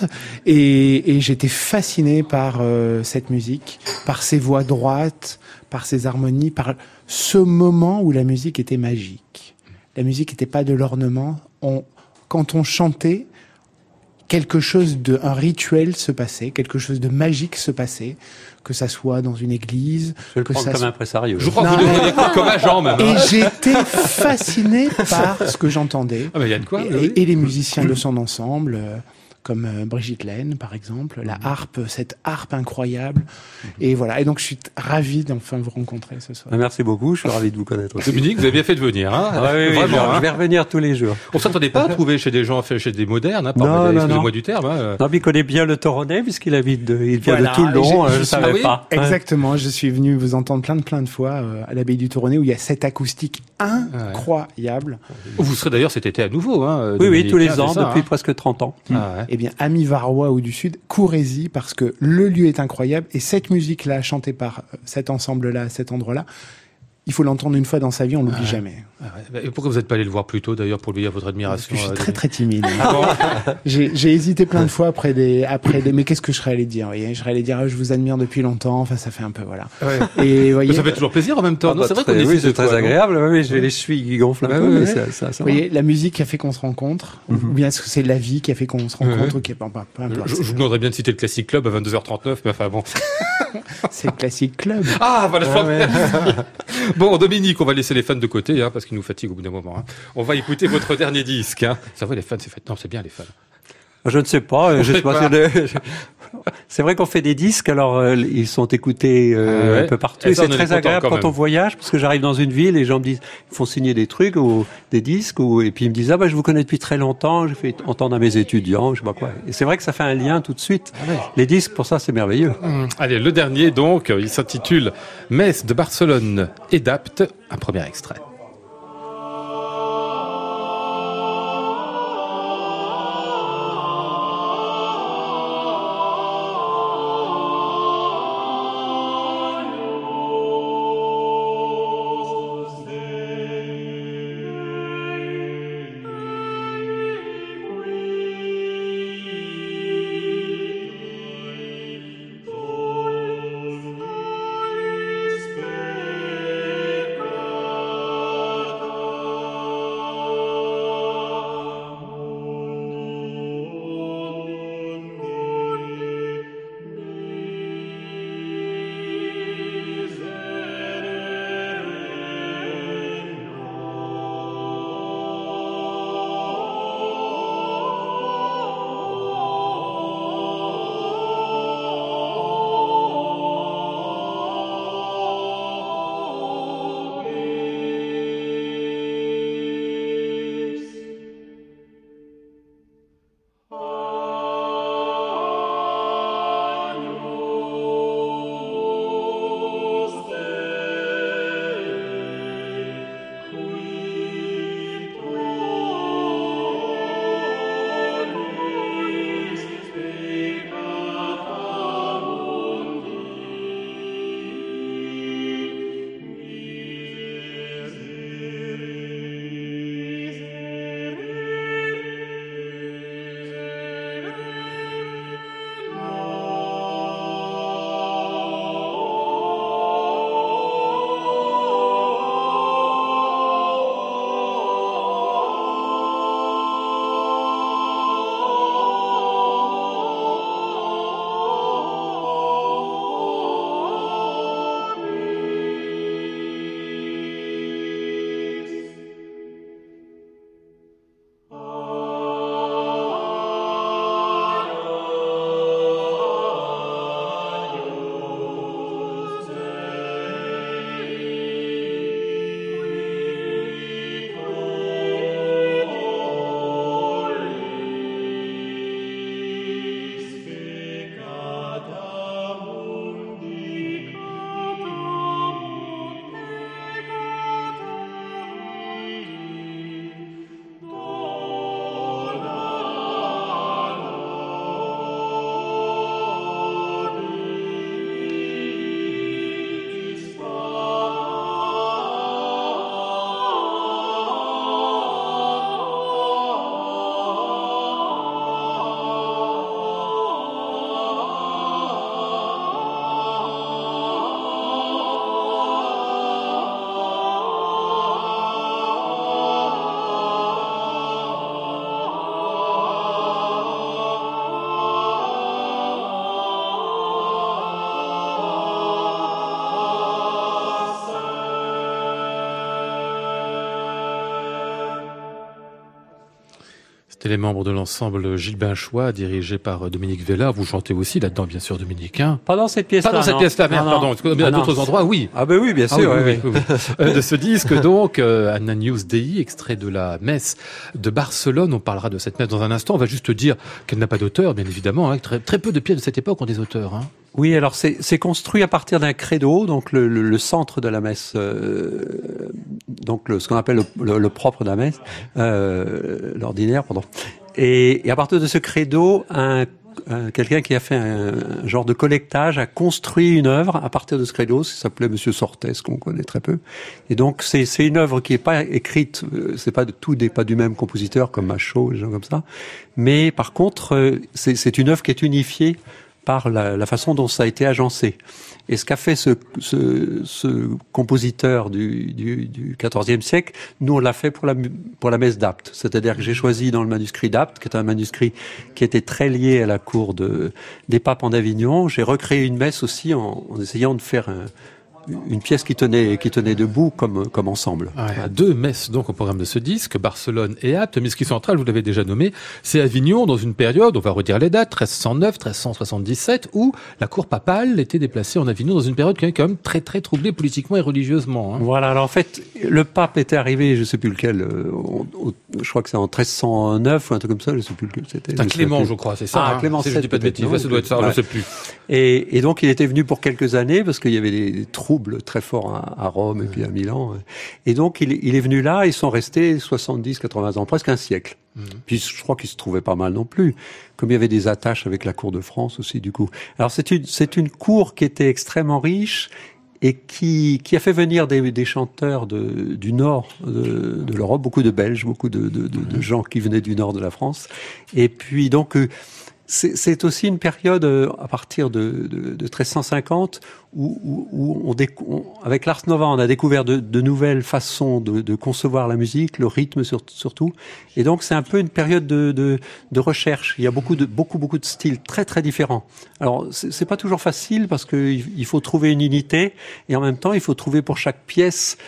[SPEAKER 4] et, et j'étais fasciné par euh, cette musique, par ses voix droites, par ses harmonies, par ce moment où la musique était magique. La musique n'était pas de l'ornement. On, quand on chantait, quelque chose de, un rituel se passait, quelque chose de magique se passait, que ça soit dans une église,
[SPEAKER 7] Je vais le
[SPEAKER 4] que
[SPEAKER 7] prendre
[SPEAKER 4] ça
[SPEAKER 7] comme
[SPEAKER 4] soit...
[SPEAKER 7] impresario.
[SPEAKER 3] Je crois que
[SPEAKER 4] Non,
[SPEAKER 3] vous
[SPEAKER 4] mais-
[SPEAKER 3] devriez croire comme agent, même.
[SPEAKER 4] Et
[SPEAKER 3] hein.
[SPEAKER 4] j'étais fasciné par ce que j'entendais.
[SPEAKER 3] Ah, mais il y a de quoi,
[SPEAKER 4] Et,
[SPEAKER 3] bah oui.
[SPEAKER 4] et les musiciens de son ensemble, euh, comme euh, Brigitte Laine, par exemple, la harpe, cette harpe incroyable. Et voilà. Et donc, je suis t- ravi d'enfin vous rencontrer ce soir.
[SPEAKER 7] Ah, Merci beaucoup, je suis ravi de vous connaître aussi.
[SPEAKER 3] Dominique, vous avez bien fait de venir, hein.
[SPEAKER 7] Ah oui, oui,
[SPEAKER 3] Vraiment,
[SPEAKER 7] je, vais,
[SPEAKER 3] hein.
[SPEAKER 7] je vais revenir tous les jours.
[SPEAKER 3] On s'attendait pas à trouver chez des gens, chez des modernes, hein,
[SPEAKER 7] Non,
[SPEAKER 3] par-
[SPEAKER 7] non,
[SPEAKER 3] excusez-moi
[SPEAKER 7] non.
[SPEAKER 3] du terme. Hein.
[SPEAKER 7] Non, mais il connaît bien le Toronnet puisqu'il habite de, il vient
[SPEAKER 4] Voilà,
[SPEAKER 7] de Toulon,
[SPEAKER 4] j'ai-
[SPEAKER 7] euh,
[SPEAKER 4] je
[SPEAKER 7] je ne
[SPEAKER 4] suis-
[SPEAKER 7] savais
[SPEAKER 3] Ah oui
[SPEAKER 7] pas.
[SPEAKER 4] Exactement. Je suis venu vous entendre plein de plein de fois euh, à l'abbaye du Toronnet où il y a cette acoustique incroyable.
[SPEAKER 3] Vous serez d'ailleurs cet été à nouveau, hein.
[SPEAKER 7] Oui, oui,
[SPEAKER 3] Dominique,
[SPEAKER 7] tous les
[SPEAKER 3] hein, c'est
[SPEAKER 7] ans,
[SPEAKER 3] ça,
[SPEAKER 7] depuis
[SPEAKER 3] hein.
[SPEAKER 7] presque trente ans.
[SPEAKER 3] Ah ouais.
[SPEAKER 4] Eh bien, amis varois ou du Sud, courez-y parce que le lieu est incroyable et cette musique-là, chantée par euh, cet ensemble-là, à cet endroit-là, il faut l'entendre une fois dans sa vie, on l'oublie
[SPEAKER 3] Ouais.
[SPEAKER 4] jamais.
[SPEAKER 3] Ah ouais. Et pourquoi vous n'êtes pas allé le voir plus tôt, d'ailleurs, pour lui dire votre
[SPEAKER 4] Parce
[SPEAKER 3] admiration
[SPEAKER 4] que je suis
[SPEAKER 3] euh,
[SPEAKER 4] très très timide.
[SPEAKER 3] Ah
[SPEAKER 4] J'ai j'ai hésité plein de fois après des, après des, mais qu'est-ce que je serais allé dire, vous voyez? Je serais allé dire, ah, je vous admire depuis longtemps, enfin, ça fait un peu, voilà.
[SPEAKER 3] Ouais.
[SPEAKER 4] Et, vous voyez,
[SPEAKER 3] Ça fait toujours plaisir en même temps.
[SPEAKER 7] Ah,
[SPEAKER 3] non,
[SPEAKER 7] bah,
[SPEAKER 3] c'est vrai
[SPEAKER 7] très-
[SPEAKER 3] qu'on
[SPEAKER 7] oui,
[SPEAKER 3] hésite
[SPEAKER 7] c'est
[SPEAKER 3] des
[SPEAKER 7] très
[SPEAKER 3] fois, non
[SPEAKER 7] agréable. Oui, oui, j'ai les chevilles qui gonflent un
[SPEAKER 3] Bah
[SPEAKER 7] peu,
[SPEAKER 3] ouais,
[SPEAKER 7] mais
[SPEAKER 3] ouais.
[SPEAKER 7] ça, ça, ça
[SPEAKER 4] vous
[SPEAKER 7] va.
[SPEAKER 4] voyez, la musique qui a fait qu'on se rencontre, ou bien est-ce que c'est la vie qui a fait qu'on se rencontre,
[SPEAKER 3] Ouais.
[SPEAKER 4] ou qui est, peu importe, peu importe.
[SPEAKER 3] Je, je vous demanderais bien de citer le Classic Club à vingt-deux heures trente-neuf, mais enfin bon.
[SPEAKER 4] C'est le Classic Club.
[SPEAKER 3] Ah, voilà, je crois- Bon, Dominique, on va laisser les fans de côté, hein, parce qu'ils nous fatiguent au bout d'un moment. Hein. On va écouter votre dernier disque. Hein. Ça va, les fans, c'est fait. Non, c'est bien les fans.
[SPEAKER 7] Je ne sais pas, je sais
[SPEAKER 3] sait
[SPEAKER 7] pas
[SPEAKER 3] pas.
[SPEAKER 7] si on est- C'est vrai qu'on fait des disques, alors euh, ils sont écoutés euh,
[SPEAKER 3] Ah ouais.
[SPEAKER 7] un peu partout.
[SPEAKER 3] Et
[SPEAKER 7] Et,
[SPEAKER 3] ça, on
[SPEAKER 7] c'est
[SPEAKER 3] en est
[SPEAKER 7] très
[SPEAKER 3] content
[SPEAKER 7] agréable
[SPEAKER 3] quand
[SPEAKER 7] quand,
[SPEAKER 3] même.
[SPEAKER 7] on voyage, parce que j'arrive dans une ville et les gens me disent, ils font signer des trucs ou des disques, ou, et puis ils me disent, ah bah je vous connais depuis très longtemps, je fais entendre à mes étudiants, je sais pas quoi. Et c'est vrai que ça fait un lien tout de suite. Les disques, pour ça, c'est merveilleux.
[SPEAKER 3] Hum, Allez, le dernier donc, il s'intitule Messe de Barcelone et d'Apt, un premier extrait. C'était les membres de l'ensemble Gilles Binchois, dirigé par Dominique Vella. Vous chantez aussi là-dedans, bien sûr, Dominique. Hein
[SPEAKER 7] Pas dans cette pièce-là.
[SPEAKER 3] Pas dans cette
[SPEAKER 7] non.
[SPEAKER 3] pièce-là, merde,
[SPEAKER 7] Non,
[SPEAKER 3] pardon.
[SPEAKER 7] non.
[SPEAKER 3] À
[SPEAKER 7] Ah,
[SPEAKER 3] d'autres
[SPEAKER 7] non.
[SPEAKER 3] endroits, oui.
[SPEAKER 7] Ah ben oui, bien
[SPEAKER 3] Ah
[SPEAKER 7] sûr.
[SPEAKER 3] oui,
[SPEAKER 7] ouais,
[SPEAKER 3] oui,
[SPEAKER 7] ouais.
[SPEAKER 3] oui, oui. Euh, de ce disque, donc, euh, Ananius Dei, extrait de la messe de Barcelone. On parlera de cette messe dans un instant. On va juste dire qu'elle n'a pas d'auteur, bien évidemment. Hein. Très, très peu de pièces de cette époque ont des auteurs. Hein.
[SPEAKER 7] Oui, alors c'est, c'est construit à partir d'un credo, donc le, le, le centre de la messe, euh, donc le, ce qu'on appelle le, le, le propre de la messe, euh, l'ordinaire, pardon. Et, et à partir de ce credo, un, un, quelqu'un qui a fait un, un genre de collectage a construit une œuvre à partir de ce credo, ça s'appelait Monsieur Sortes, qu'on connaît très peu. Et donc c'est, c'est une œuvre qui n'est pas écrite, c'est pas de tout, n'est pas du même compositeur comme Machaut, des gens comme ça, mais par contre c'est, c'est une œuvre qui est unifiée par la, la façon dont ça a été agencé. Et ce qu'a fait ce, ce, ce compositeur du, du, du quatorzième siècle, nous on l'a fait pour la, pour la messe d'Apt. C'est-à-dire que j'ai choisi dans le manuscrit d'Apt, qui est un manuscrit qui était très lié à la cour de, des papes en Avignon, j'ai recréé une messe aussi en, en essayant de faire un, une pièce qui tenait, qui tenait debout comme, comme ensemble.
[SPEAKER 3] Ouais, ouais. Deux messes donc au programme de ce disque, Barcelone et Apt, mais ce qui est central, vous l'avez déjà nommé, c'est Avignon dans une période, on va redire les dates, treize cent neuf, treize cent soixante-dix-sept, où la cour papale était déplacée en Avignon dans une période qui est quand même très très troublée politiquement et religieusement. Hein.
[SPEAKER 7] Voilà, alors en fait, le pape était arrivé, je sais plus lequel, euh, au, au, je crois que c'est en treize cent neuf ou un truc comme ça, je sais plus lequel c'était.
[SPEAKER 3] C'est un Clément, je crois, c'est ça.
[SPEAKER 7] Ah,
[SPEAKER 3] hein.
[SPEAKER 7] Clément
[SPEAKER 3] si je dis pas de bêtises, ouais, ça doit être ça, ouais. Je sais plus.
[SPEAKER 7] Et, et donc il était venu pour quelques années parce qu'il y avait des, des troubles très forts à, à Rome et puis à Milan. Et donc il, il est venu là, ils sont restés soixante-dix, quatre-vingts ans, presque un siècle. Mmh. Puis je crois qu'il se trouvait pas mal non plus. Comme il y avait des attaches avec la cour de France aussi du coup. Alors c'est une, c'est une cour qui était extrêmement riche et qui, qui a fait venir des, des chanteurs de, du nord de, de l'Europe, beaucoup de Belges, beaucoup de, de, de, de gens qui venaient du nord de la France. Et puis donc euh, c'est, c'est aussi une période euh, à partir de, de, de treize cent cinquante où, où, où on, décou- on avec l'Ars Nova on a découvert de, de nouvelles façons de, de concevoir la musique, le rythme sur, surtout. Et donc c'est un peu une période de, de, de recherche. Il y a beaucoup de beaucoup beaucoup de styles très très différents. Alors c'est, c'est pas toujours facile parce que il, il faut trouver une unité et en même temps il faut trouver pour chaque pièce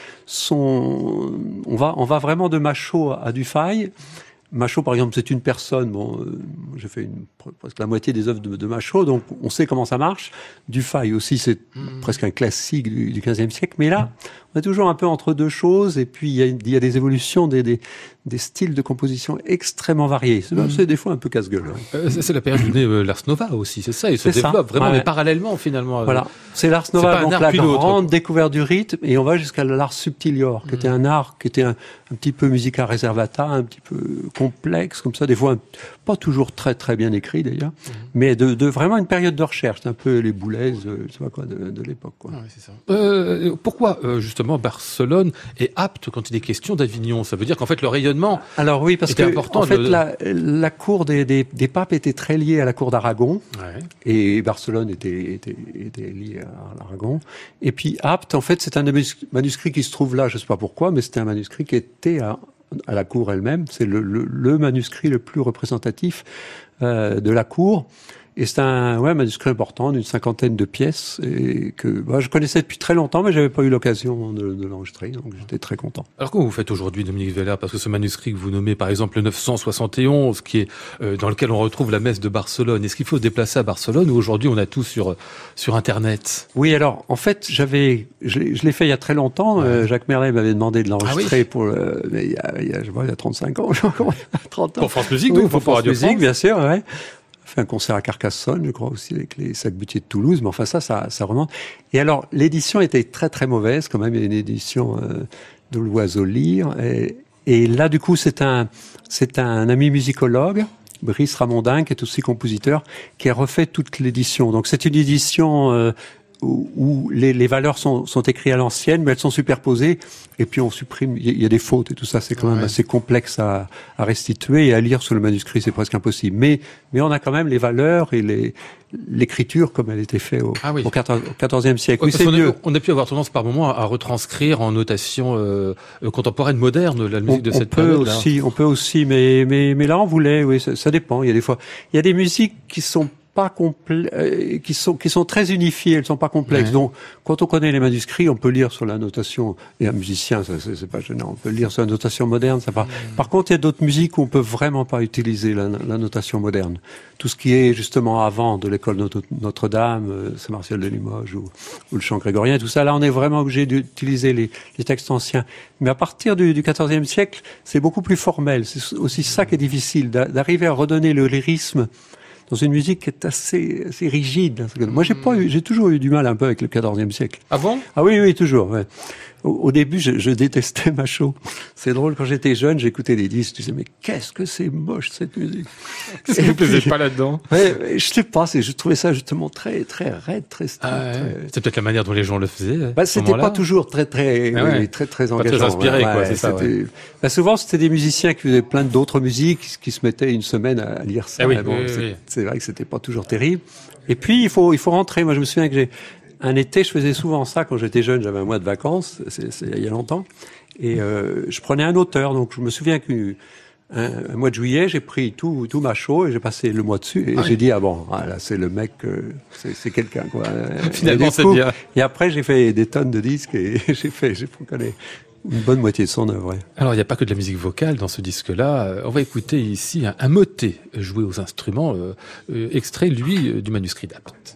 [SPEAKER 7] son. On va on va vraiment de Machaut à, à Dufay. Machaut, par exemple, c'est une personne. Bon, euh, j'ai fait une, presque la moitié des œuvres de, de Machaut, donc on sait comment ça marche. Dufay aussi, c'est mmh. presque un classique du, du quinzième siècle. Mais là, on est toujours un peu entre deux choses. Et puis il y a, il y a des évolutions, des, des, des styles de composition extrêmement variés. C'est, mmh. c'est des fois un peu casse-gueule. Hein.
[SPEAKER 3] Euh, c'est la période où naît euh, l'Ars Nova aussi, c'est ça. Il se c'est développe ça. vraiment, ouais. mais parallèlement finalement.
[SPEAKER 7] Voilà, c'est l'Ars Nova, donc la grande découverte du rythme, et on va jusqu'à l'Ars Subtilior, qui mmh. était un art, qui était un, un petit peu musica reservata, un petit peu complexe comme ça, des fois un, pas toujours très très bien écrit d'ailleurs, mmh. mais de, de vraiment une période de recherche, c'est un peu les boulaises, euh, je sais pas quoi, de, de l'époque. Quoi.
[SPEAKER 3] Ah ouais, c'est ça. Euh, pourquoi euh, justement Barcelone est apte quand il est question d'Avignon? Ça veut dire qu'en fait le rayonnement.
[SPEAKER 7] Alors oui, parce
[SPEAKER 3] était
[SPEAKER 7] que
[SPEAKER 3] important
[SPEAKER 7] en fait
[SPEAKER 3] de...
[SPEAKER 7] la, la cour des, des, des papes était très liée à la cour d'Aragon, ouais. et Barcelone était, était, était liée à l'Aragon. Et puis Apt, en fait, c'est un manuscrit qui se trouve là, je sais pas pourquoi, mais c'était un manuscrit qui était à à la cour elle-même. C'est le, le, le manuscrit le plus représentatif euh, de la cour. Et c'est un ouais, manuscrit important d'une cinquantaine de pièces et que bah, je connaissais depuis très longtemps, mais j'avais pas eu l'occasion de, de l'enregistrer, donc j'étais très content.
[SPEAKER 3] Alors comment vous faites aujourd'hui, Dominique Veller, parce que ce manuscrit que vous nommez par exemple le neuf cent soixante et onze, qui est euh, dans lequel on retrouve la messe de Barcelone, est-ce qu'il faut se déplacer à Barcelone ou aujourd'hui on a tout sur sur Internet?
[SPEAKER 7] Oui, alors en fait j'avais je, je l'ai fait il y a très longtemps. Ouais. Euh, Jacques Merlet m'avait demandé de l'enregistrer ah oui. pour le, mais il y a, il y a je sais pas, il y a trente-cinq ans, trente ans.
[SPEAKER 3] Pour France Musique,
[SPEAKER 7] oui,
[SPEAKER 3] donc
[SPEAKER 7] pour, pour
[SPEAKER 3] Radio
[SPEAKER 7] Musique,
[SPEAKER 3] France.
[SPEAKER 7] bien sûr, ouais. Fait un concert à Carcassonne, je crois aussi, avec les Sac-Butiers de Toulouse, mais enfin ça, ça, ça remonte. Et alors, l'édition était très très mauvaise, quand même, il y a une édition euh, de l'Oiseau Lyre. Et, et là, du coup, c'est un, c'est un ami musicologue, Brice Ramondin, qui est aussi compositeur, qui a refait toute l'édition. Donc c'est une édition euh, où, où les, les valeurs sont, sont écrites à l'ancienne, mais elles sont superposées, et puis on supprime, il y, y a des fautes et tout ça, c'est quand même ouais. assez complexe à, à restituer, et à lire sur le manuscrit, c'est presque impossible. Mais, mais on a quand même les valeurs et les, l'écriture comme elle était faite au, ah oui. au quatorzième siècle. Oui,
[SPEAKER 3] c'est on, mieux. A, on a pu avoir tendance par moment à retranscrire en notation euh, contemporaine moderne la musique
[SPEAKER 7] on,
[SPEAKER 3] de
[SPEAKER 7] on
[SPEAKER 3] cette
[SPEAKER 7] peut
[SPEAKER 3] période.
[SPEAKER 7] Aussi, on peut aussi, mais, mais, mais là on voulait, oui, ça, ça dépend. Il y a des fois, il y a des musiques qui sont pas complè- euh, qui sont qui sont très unifiées, elles sont pas complexes. Ouais. Donc, quand on connaît les manuscrits, on peut lire sur la notation. Et un musicien, ça c'est, c'est pas gênant. On peut lire sur la notation moderne, ça va. Mmh. Par contre, il y a d'autres musiques où on peut vraiment pas utiliser la, la notation moderne. Tout ce qui est justement avant de l'école Notre- Notre-Dame, euh, Saint-Martial de Limoges ou, ou le chant grégorien, tout ça. Là, on est vraiment obligé d'utiliser les, les textes anciens. Mais à partir du, du quatorzième siècle, c'est beaucoup plus formel. C'est aussi ça qui est difficile, d'a- d'arriver à redonner le lyrisme dans une musique qui est assez, assez rigide. Moi, j'ai pas eu, j'ai toujours eu du mal un peu avec le quatorzième siècle.
[SPEAKER 3] Ah bon?
[SPEAKER 7] Ah oui, oui, toujours, ouais. Au, au début, je, je détestais Machaut. C'est drôle, quand j'étais jeune, j'écoutais des disques, je disais, mais qu'est-ce que c'est moche, cette musique.
[SPEAKER 3] Ça ne plaisait pas là-dedans?
[SPEAKER 7] Ouais, je sais pas, c'est, je trouvais ça justement très, très raide, très strict.
[SPEAKER 3] Ah ouais.
[SPEAKER 7] très...
[SPEAKER 3] C'est peut-être la manière dont les gens le faisaient.
[SPEAKER 7] Bah, c'était pas toujours très, très, ah ouais. oui, très, très engageant.
[SPEAKER 3] Pas très inspiré,
[SPEAKER 7] ouais,
[SPEAKER 3] quoi,
[SPEAKER 7] ouais,
[SPEAKER 3] c'est ça, ouais.
[SPEAKER 7] Bah, souvent, c'était des musiciens qui faisaient plein d'autres musiques, qui, qui se mettaient une semaine à lire ça.
[SPEAKER 3] Ah oui,
[SPEAKER 7] bon,
[SPEAKER 3] oui,
[SPEAKER 7] c'est,
[SPEAKER 3] oui.
[SPEAKER 7] c'est vrai que c'était pas toujours terrible. Et puis, il faut, il faut rentrer. Moi, je me souviens que j'ai, un été, je faisais souvent ça quand j'étais jeune, j'avais un mois de vacances, c'est, c'est il y a longtemps, et euh, je prenais un auteur. Donc je me souviens qu'un un, un mois de juillet, j'ai pris tout, tout ma show et j'ai passé le mois dessus et
[SPEAKER 3] Ah
[SPEAKER 7] j'ai
[SPEAKER 3] oui.
[SPEAKER 7] dit ah bon, ah, là c'est le mec, euh, c'est, c'est quelqu'un quoi.
[SPEAKER 3] Finalement,
[SPEAKER 7] et du
[SPEAKER 3] c'est
[SPEAKER 7] coup,
[SPEAKER 3] bien.
[SPEAKER 7] Et après j'ai fait des tonnes de disques et j'ai fait, j'ai connais une bonne moitié de son œuvre. Ouais.
[SPEAKER 3] Alors, il n'y a pas que de la musique vocale dans ce disque-là. Euh, On va écouter ici un, un motet joué aux instruments, euh, euh, extrait, lui, euh, du manuscrit d'Abt.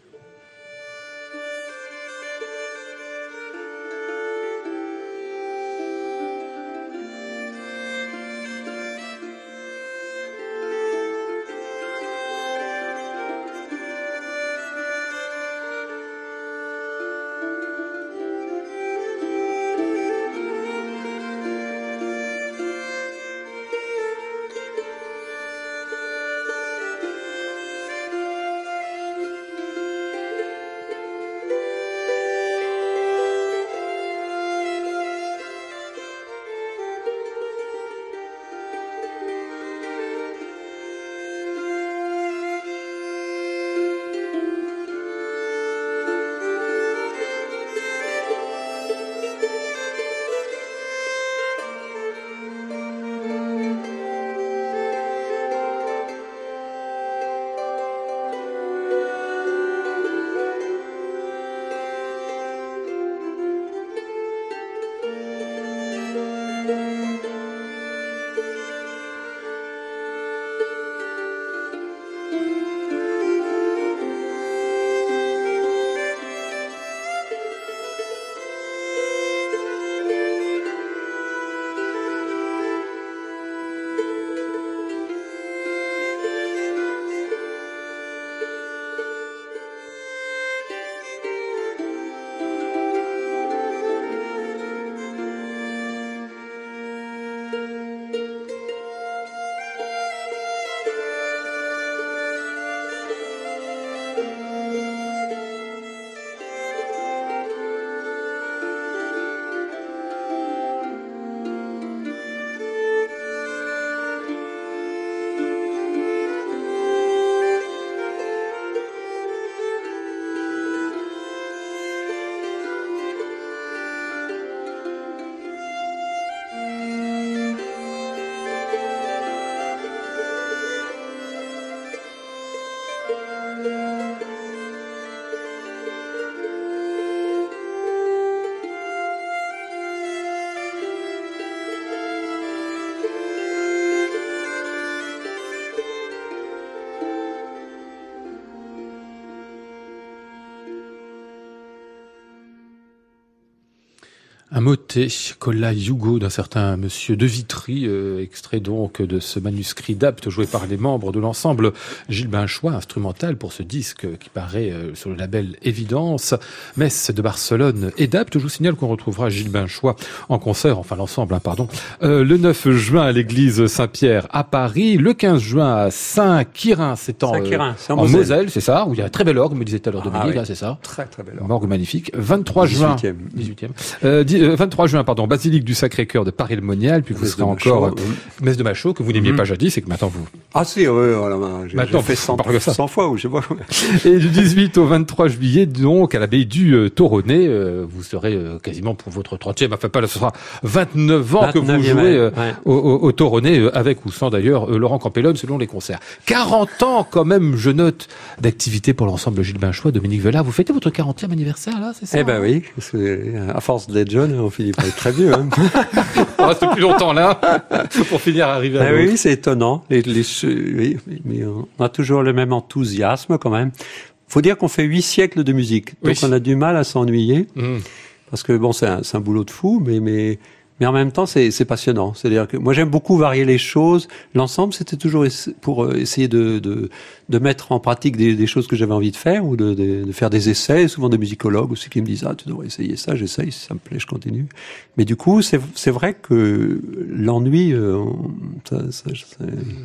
[SPEAKER 3] Un motet, Kolla Yugo, d'un certain monsieur de Vitry, euh, extrait donc de ce manuscrit d'Abt joué par les membres de l'ensemble Gilles Binchois, instrumental pour ce disque qui paraît euh, sur le label Évidence. Metz de Barcelone et d'Abt. Je vous signale qu'on retrouvera Gilles Binchois en concert, enfin l'ensemble, hein, pardon, euh, le neuf juin à l'église Saint-Pierre à Paris, le quinze juin à Saint-Quirin, c'est en,
[SPEAKER 7] Saint-Quirin,
[SPEAKER 3] euh,
[SPEAKER 7] c'est en
[SPEAKER 3] en
[SPEAKER 7] Moselle.
[SPEAKER 3] Moselle, c'est ça, où il y a un très bel orgue, me disait tout à l'heure
[SPEAKER 7] Ah,
[SPEAKER 3] Dominique,
[SPEAKER 7] oui.
[SPEAKER 3] hein, c'est ça.
[SPEAKER 7] Très très belle.
[SPEAKER 3] Morgue magnifique. vingt-trois juin.
[SPEAKER 7] dix-huitième.
[SPEAKER 3] dix-huitième. Euh, dix- euh, vingt-trois juin, pardon, basilique du Sacré-Cœur de Paris-le-Monial, puis vous
[SPEAKER 7] Messe
[SPEAKER 3] serez
[SPEAKER 7] de
[SPEAKER 3] encore
[SPEAKER 7] Machaut,
[SPEAKER 3] euh, messe de Machaut, que vous n'aimiez
[SPEAKER 7] Mhm.
[SPEAKER 3] pas jadis, et que maintenant vous...
[SPEAKER 7] Ah si, oui, voilà, j'ai,
[SPEAKER 3] Maintenant,
[SPEAKER 7] j'ai fait
[SPEAKER 3] on
[SPEAKER 7] cent,
[SPEAKER 3] parle de ça.
[SPEAKER 7] cent fois ou je sais pas.
[SPEAKER 3] Et du dix-huit au vingt-trois juillet, donc, à l'abbaye du euh, Toronnet, euh, vous serez euh, quasiment pour votre trentième, enfin pas là, ce sera vingt-neuf ans que vous
[SPEAKER 7] vingt-neuvième,
[SPEAKER 3] jouez euh,
[SPEAKER 7] ouais.
[SPEAKER 3] au, au, au Toronnet, euh, avec ou sans d'ailleurs euh, Laurent Campellone, selon les concerts. quarante ans quand même, je note, d'activité pour l'ensemble Gilles Binchois, Dominique Velard. Vous fêtez votre quarantième anniversaire là, c'est ça?
[SPEAKER 7] Eh ben oui, parce que, à force d'être jeune, on finit par être très vieux. Hein.
[SPEAKER 3] On reste plus longtemps là, pour finir à arriver à
[SPEAKER 7] Ah
[SPEAKER 3] l'autre.
[SPEAKER 7] oui, c'est étonnant. Les, les, oui, mais on a toujours le même enthousiasme quand même. Faut dire qu'on fait huit siècles de musique, donc
[SPEAKER 3] Oui.
[SPEAKER 7] on a du mal à s'ennuyer,
[SPEAKER 3] Mmh.
[SPEAKER 7] parce que bon, c'est un, c'est un boulot de fou, mais mais mais en même temps, c'est c'est passionnant. C'est-à-dire que moi, j'aime beaucoup varier les choses. L'ensemble, c'était toujours essa- pour euh, essayer de de de mettre en pratique des, des choses que j'avais envie de faire ou de, de de faire des essais. Souvent des musicologues aussi qui me disent ah tu devrais essayer ça, j'essaye, si ça me plaît, je continue. Mais du coup, c'est c'est vrai que l'ennui, euh, on- ça, ça, ça-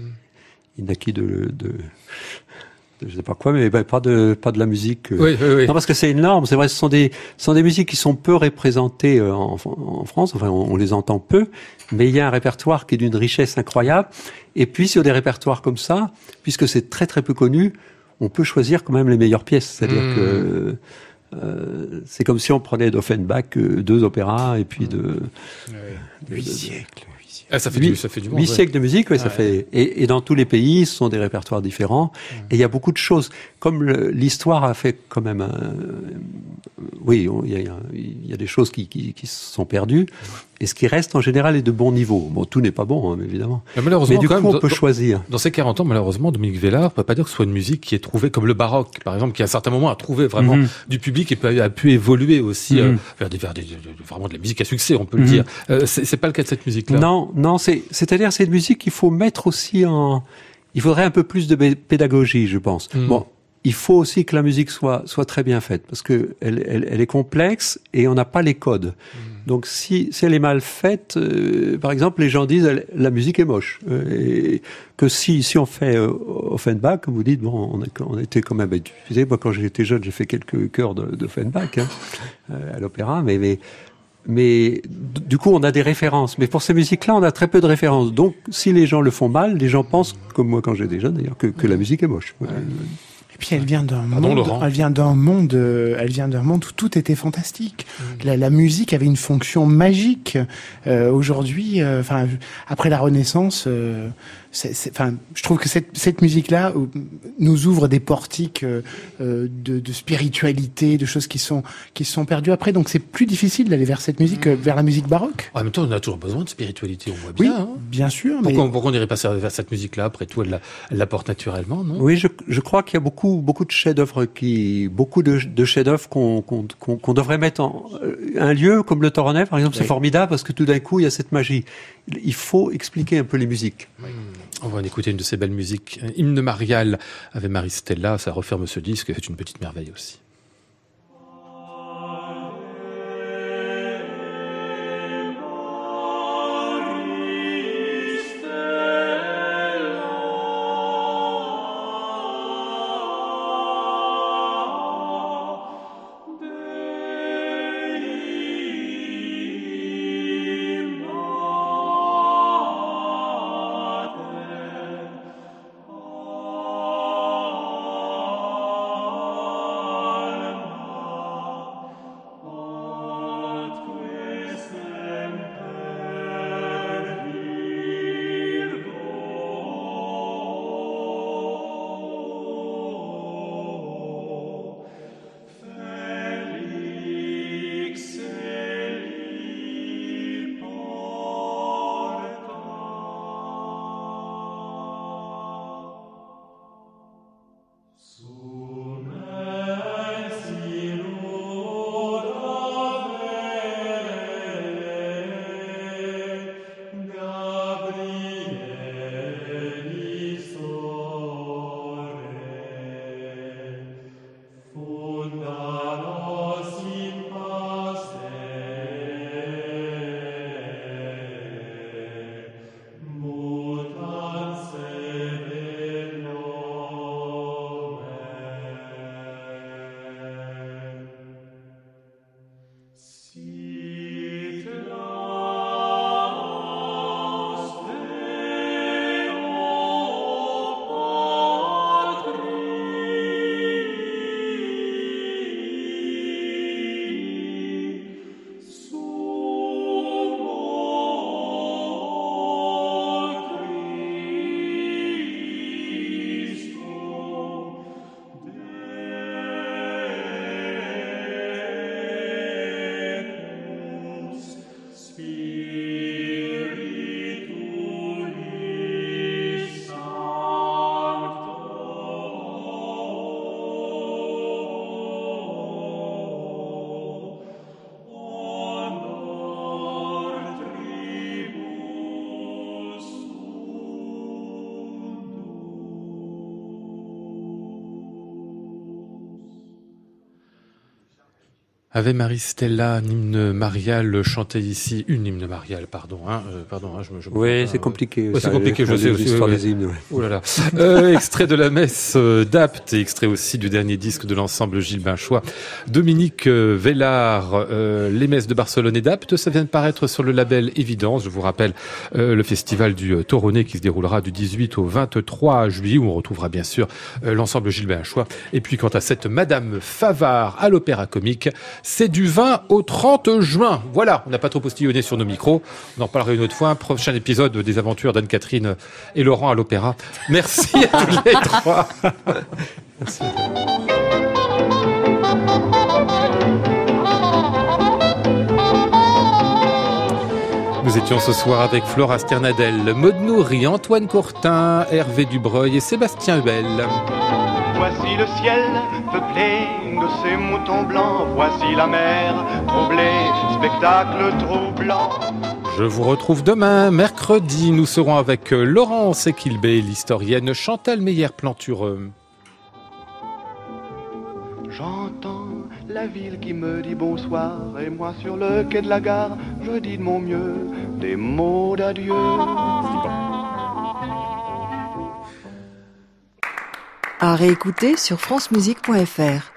[SPEAKER 7] il naquit de, de, de je sais pas quoi, mais ben, pas de pas de la musique. euh.
[SPEAKER 3] Oui, oui, oui.
[SPEAKER 7] Non, parce que c'est une norme. C'est vrai, ce sont des ce sont des musiques qui sont peu représentées euh, en, en France. Enfin, on, on les entend peu, mais il y a un répertoire qui est d'une richesse incroyable. Et puis sur des répertoires comme ça, puisque c'est très très peu connu, on peut choisir quand même les meilleures pièces. C'est-à-dire
[SPEAKER 3] Mmh.
[SPEAKER 7] que euh, c'est comme si on prenait d'Offenbach euh, deux opéras et puis de...
[SPEAKER 4] Ouais.
[SPEAKER 7] de-
[SPEAKER 4] Huit
[SPEAKER 7] de-
[SPEAKER 4] siècles.
[SPEAKER 3] Ah, ça fait
[SPEAKER 7] Huit-
[SPEAKER 3] du, ça fait du monde.
[SPEAKER 7] Huit
[SPEAKER 3] ouais.
[SPEAKER 7] siècles de musique, oui, ça
[SPEAKER 3] Ouais.
[SPEAKER 7] fait. Et, et dans tous les pays, ce sont des répertoires différents. Et il y a beaucoup de choses. Comme le- l'histoire a fait quand même. Un, oui, on- il y, a- il y a des choses qui, qui, qui se sont perdues. Et ce qui reste en général est de bon niveau. Bon, tout n'est pas bon, hein, évidemment.
[SPEAKER 3] Mais malheureusement,
[SPEAKER 7] Mais du
[SPEAKER 3] quand
[SPEAKER 7] coup,
[SPEAKER 3] même,
[SPEAKER 7] on
[SPEAKER 3] dans-
[SPEAKER 7] peut
[SPEAKER 3] dans-
[SPEAKER 7] choisir.
[SPEAKER 3] Dans ces quarante ans, malheureusement, Dominique Vellard, on peut pas dire que ce soit une musique qui est trouvée comme le baroque, par exemple, qui à un certain moment a trouvé vraiment
[SPEAKER 4] Mhm.
[SPEAKER 3] du public et peut- a pu évoluer aussi euh,
[SPEAKER 4] Mhm.
[SPEAKER 3] vers, des, vers des- de- de- vraiment de la musique à succès, on peut
[SPEAKER 4] Mhm.
[SPEAKER 3] le dire. Euh, c'est c'est pas le cas de cette musique-là.
[SPEAKER 7] Non, non, c'est, c'est-à-dire c'est une musique qu'il faut mettre aussi en. Il faudrait un peu plus de bé- pédagogie, je pense.
[SPEAKER 3] Mm.
[SPEAKER 7] Bon, il faut aussi que la musique soit soit très bien faite parce que elle, elle, elle est complexe et on n'a pas les codes. Donc si, si elle est mal faite, euh, par exemple, les gens disent elle- la musique est moche. Euh, et que si si on fait euh, Offenbach, comme vous dites, bon, on, a, on était quand même habitués. Moi, quand j'étais jeune, j'ai fait quelques chœurs de, d'Offenbach hein, euh, à l'opéra, mais mais mais d- du coup, on a des références. Mais pour ces musiques-là, on a très peu de références. Donc, si les gens le font mal, les gens pensent, comme moi quand j'étais jeune d'ailleurs, que, que la musique est moche. Euh,
[SPEAKER 4] Et puis elle vient d'un
[SPEAKER 3] Pardon,
[SPEAKER 4] monde,
[SPEAKER 3] Laurent.
[SPEAKER 4] elle vient d'un monde, euh, elle vient d'un monde où tout était fantastique. La, la musique avait une fonction magique. Euh, Aujourd'hui, euh, enfin après la Renaissance, euh, c'est- c'est- enfin je trouve que cette, cette musique-là euh, nous ouvre des portiques euh, euh, de, de spiritualité, de choses qui sont qui se sont perdues après. Donc c'est plus difficile d'aller vers cette musique, euh, vers la musique baroque.
[SPEAKER 3] En même temps, on a toujours besoin de spiritualité, on voit
[SPEAKER 4] Oui,
[SPEAKER 3] bien. hein.
[SPEAKER 4] bien sûr. Mais
[SPEAKER 3] Pourquoi, pourquoi on n'irait pas vers cette musique-là? Après tout, elle la- elle l'apporte naturellement, non?
[SPEAKER 7] Oui, je, je crois qu'il y a beaucoup, beaucoup de chefs-d'œuvre qui, beaucoup de, de chefs-d'œuvre qu'on, qu'on, qu'on, qu'on devrait mettre en euh, un lieu comme le Toronnet, par exemple, c'est
[SPEAKER 4] Oui.
[SPEAKER 7] formidable parce que tout d'un coup il y a cette magie. Il faut expliquer un peu les musiques.
[SPEAKER 3] On va en écouter une de ces belles musiques. Un hymne marial avec Marie Stella, ça referme ce disque, c'est une petite merveille aussi.
[SPEAKER 2] Amen.
[SPEAKER 3] Ave Marie Stella, un hymne marial chanté ici, une hymne mariale, pardon, hein, euh, pardon, hein, je me. Je me
[SPEAKER 7] oui,
[SPEAKER 3] pas,
[SPEAKER 7] c'est compliqué.
[SPEAKER 3] Ouais, c'est compliqué, je sais aussi.
[SPEAKER 7] L'histoire
[SPEAKER 3] Oui,
[SPEAKER 7] des hymnes. Ouais.
[SPEAKER 3] Oh là là. Euh, extrait de la messe euh, d'Apt, et extrait aussi du dernier disque de l'ensemble Gilles Binchois. Dominique euh, Vellard, euh, les messes de Barcelone et d'Apt, ça vient de paraître sur le label Évidence. Je vous rappelle euh, le festival du euh, Toronnet qui se déroulera du dix-huit au vingt-trois juillet, où on retrouvera bien sûr euh, l'ensemble Gilles Binchois. Et puis quant à cette Madame Favard à l'Opéra Comique, c'est du vingt au trente juin. Voilà, on n'a pas trop postillonné sur nos micros. On en parlera une autre fois. Un prochain épisode des aventures d'Anne-Catherine et Laurent à l'Opéra. Merci à tous les trois. Merci. Nous étions ce soir avec Flora Sternadel, Maud Nourri, Antoine Courtin, Hervé Dubreuil et Sébastien Huel.
[SPEAKER 2] Voici le ciel peuplé de ces moutons blancs. Voici la mer troublée, spectacle troublant.
[SPEAKER 3] Je vous retrouve demain, mercredi. Nous serons avec Laurence Equilbé, l'historienne Chantal Meyer-Plantureux.
[SPEAKER 2] J'entends la ville qui me dit bonsoir, et moi sur le quai de la gare, je dis de mon mieux des mots d'adieu.
[SPEAKER 6] À réécouter sur francemusique point f r.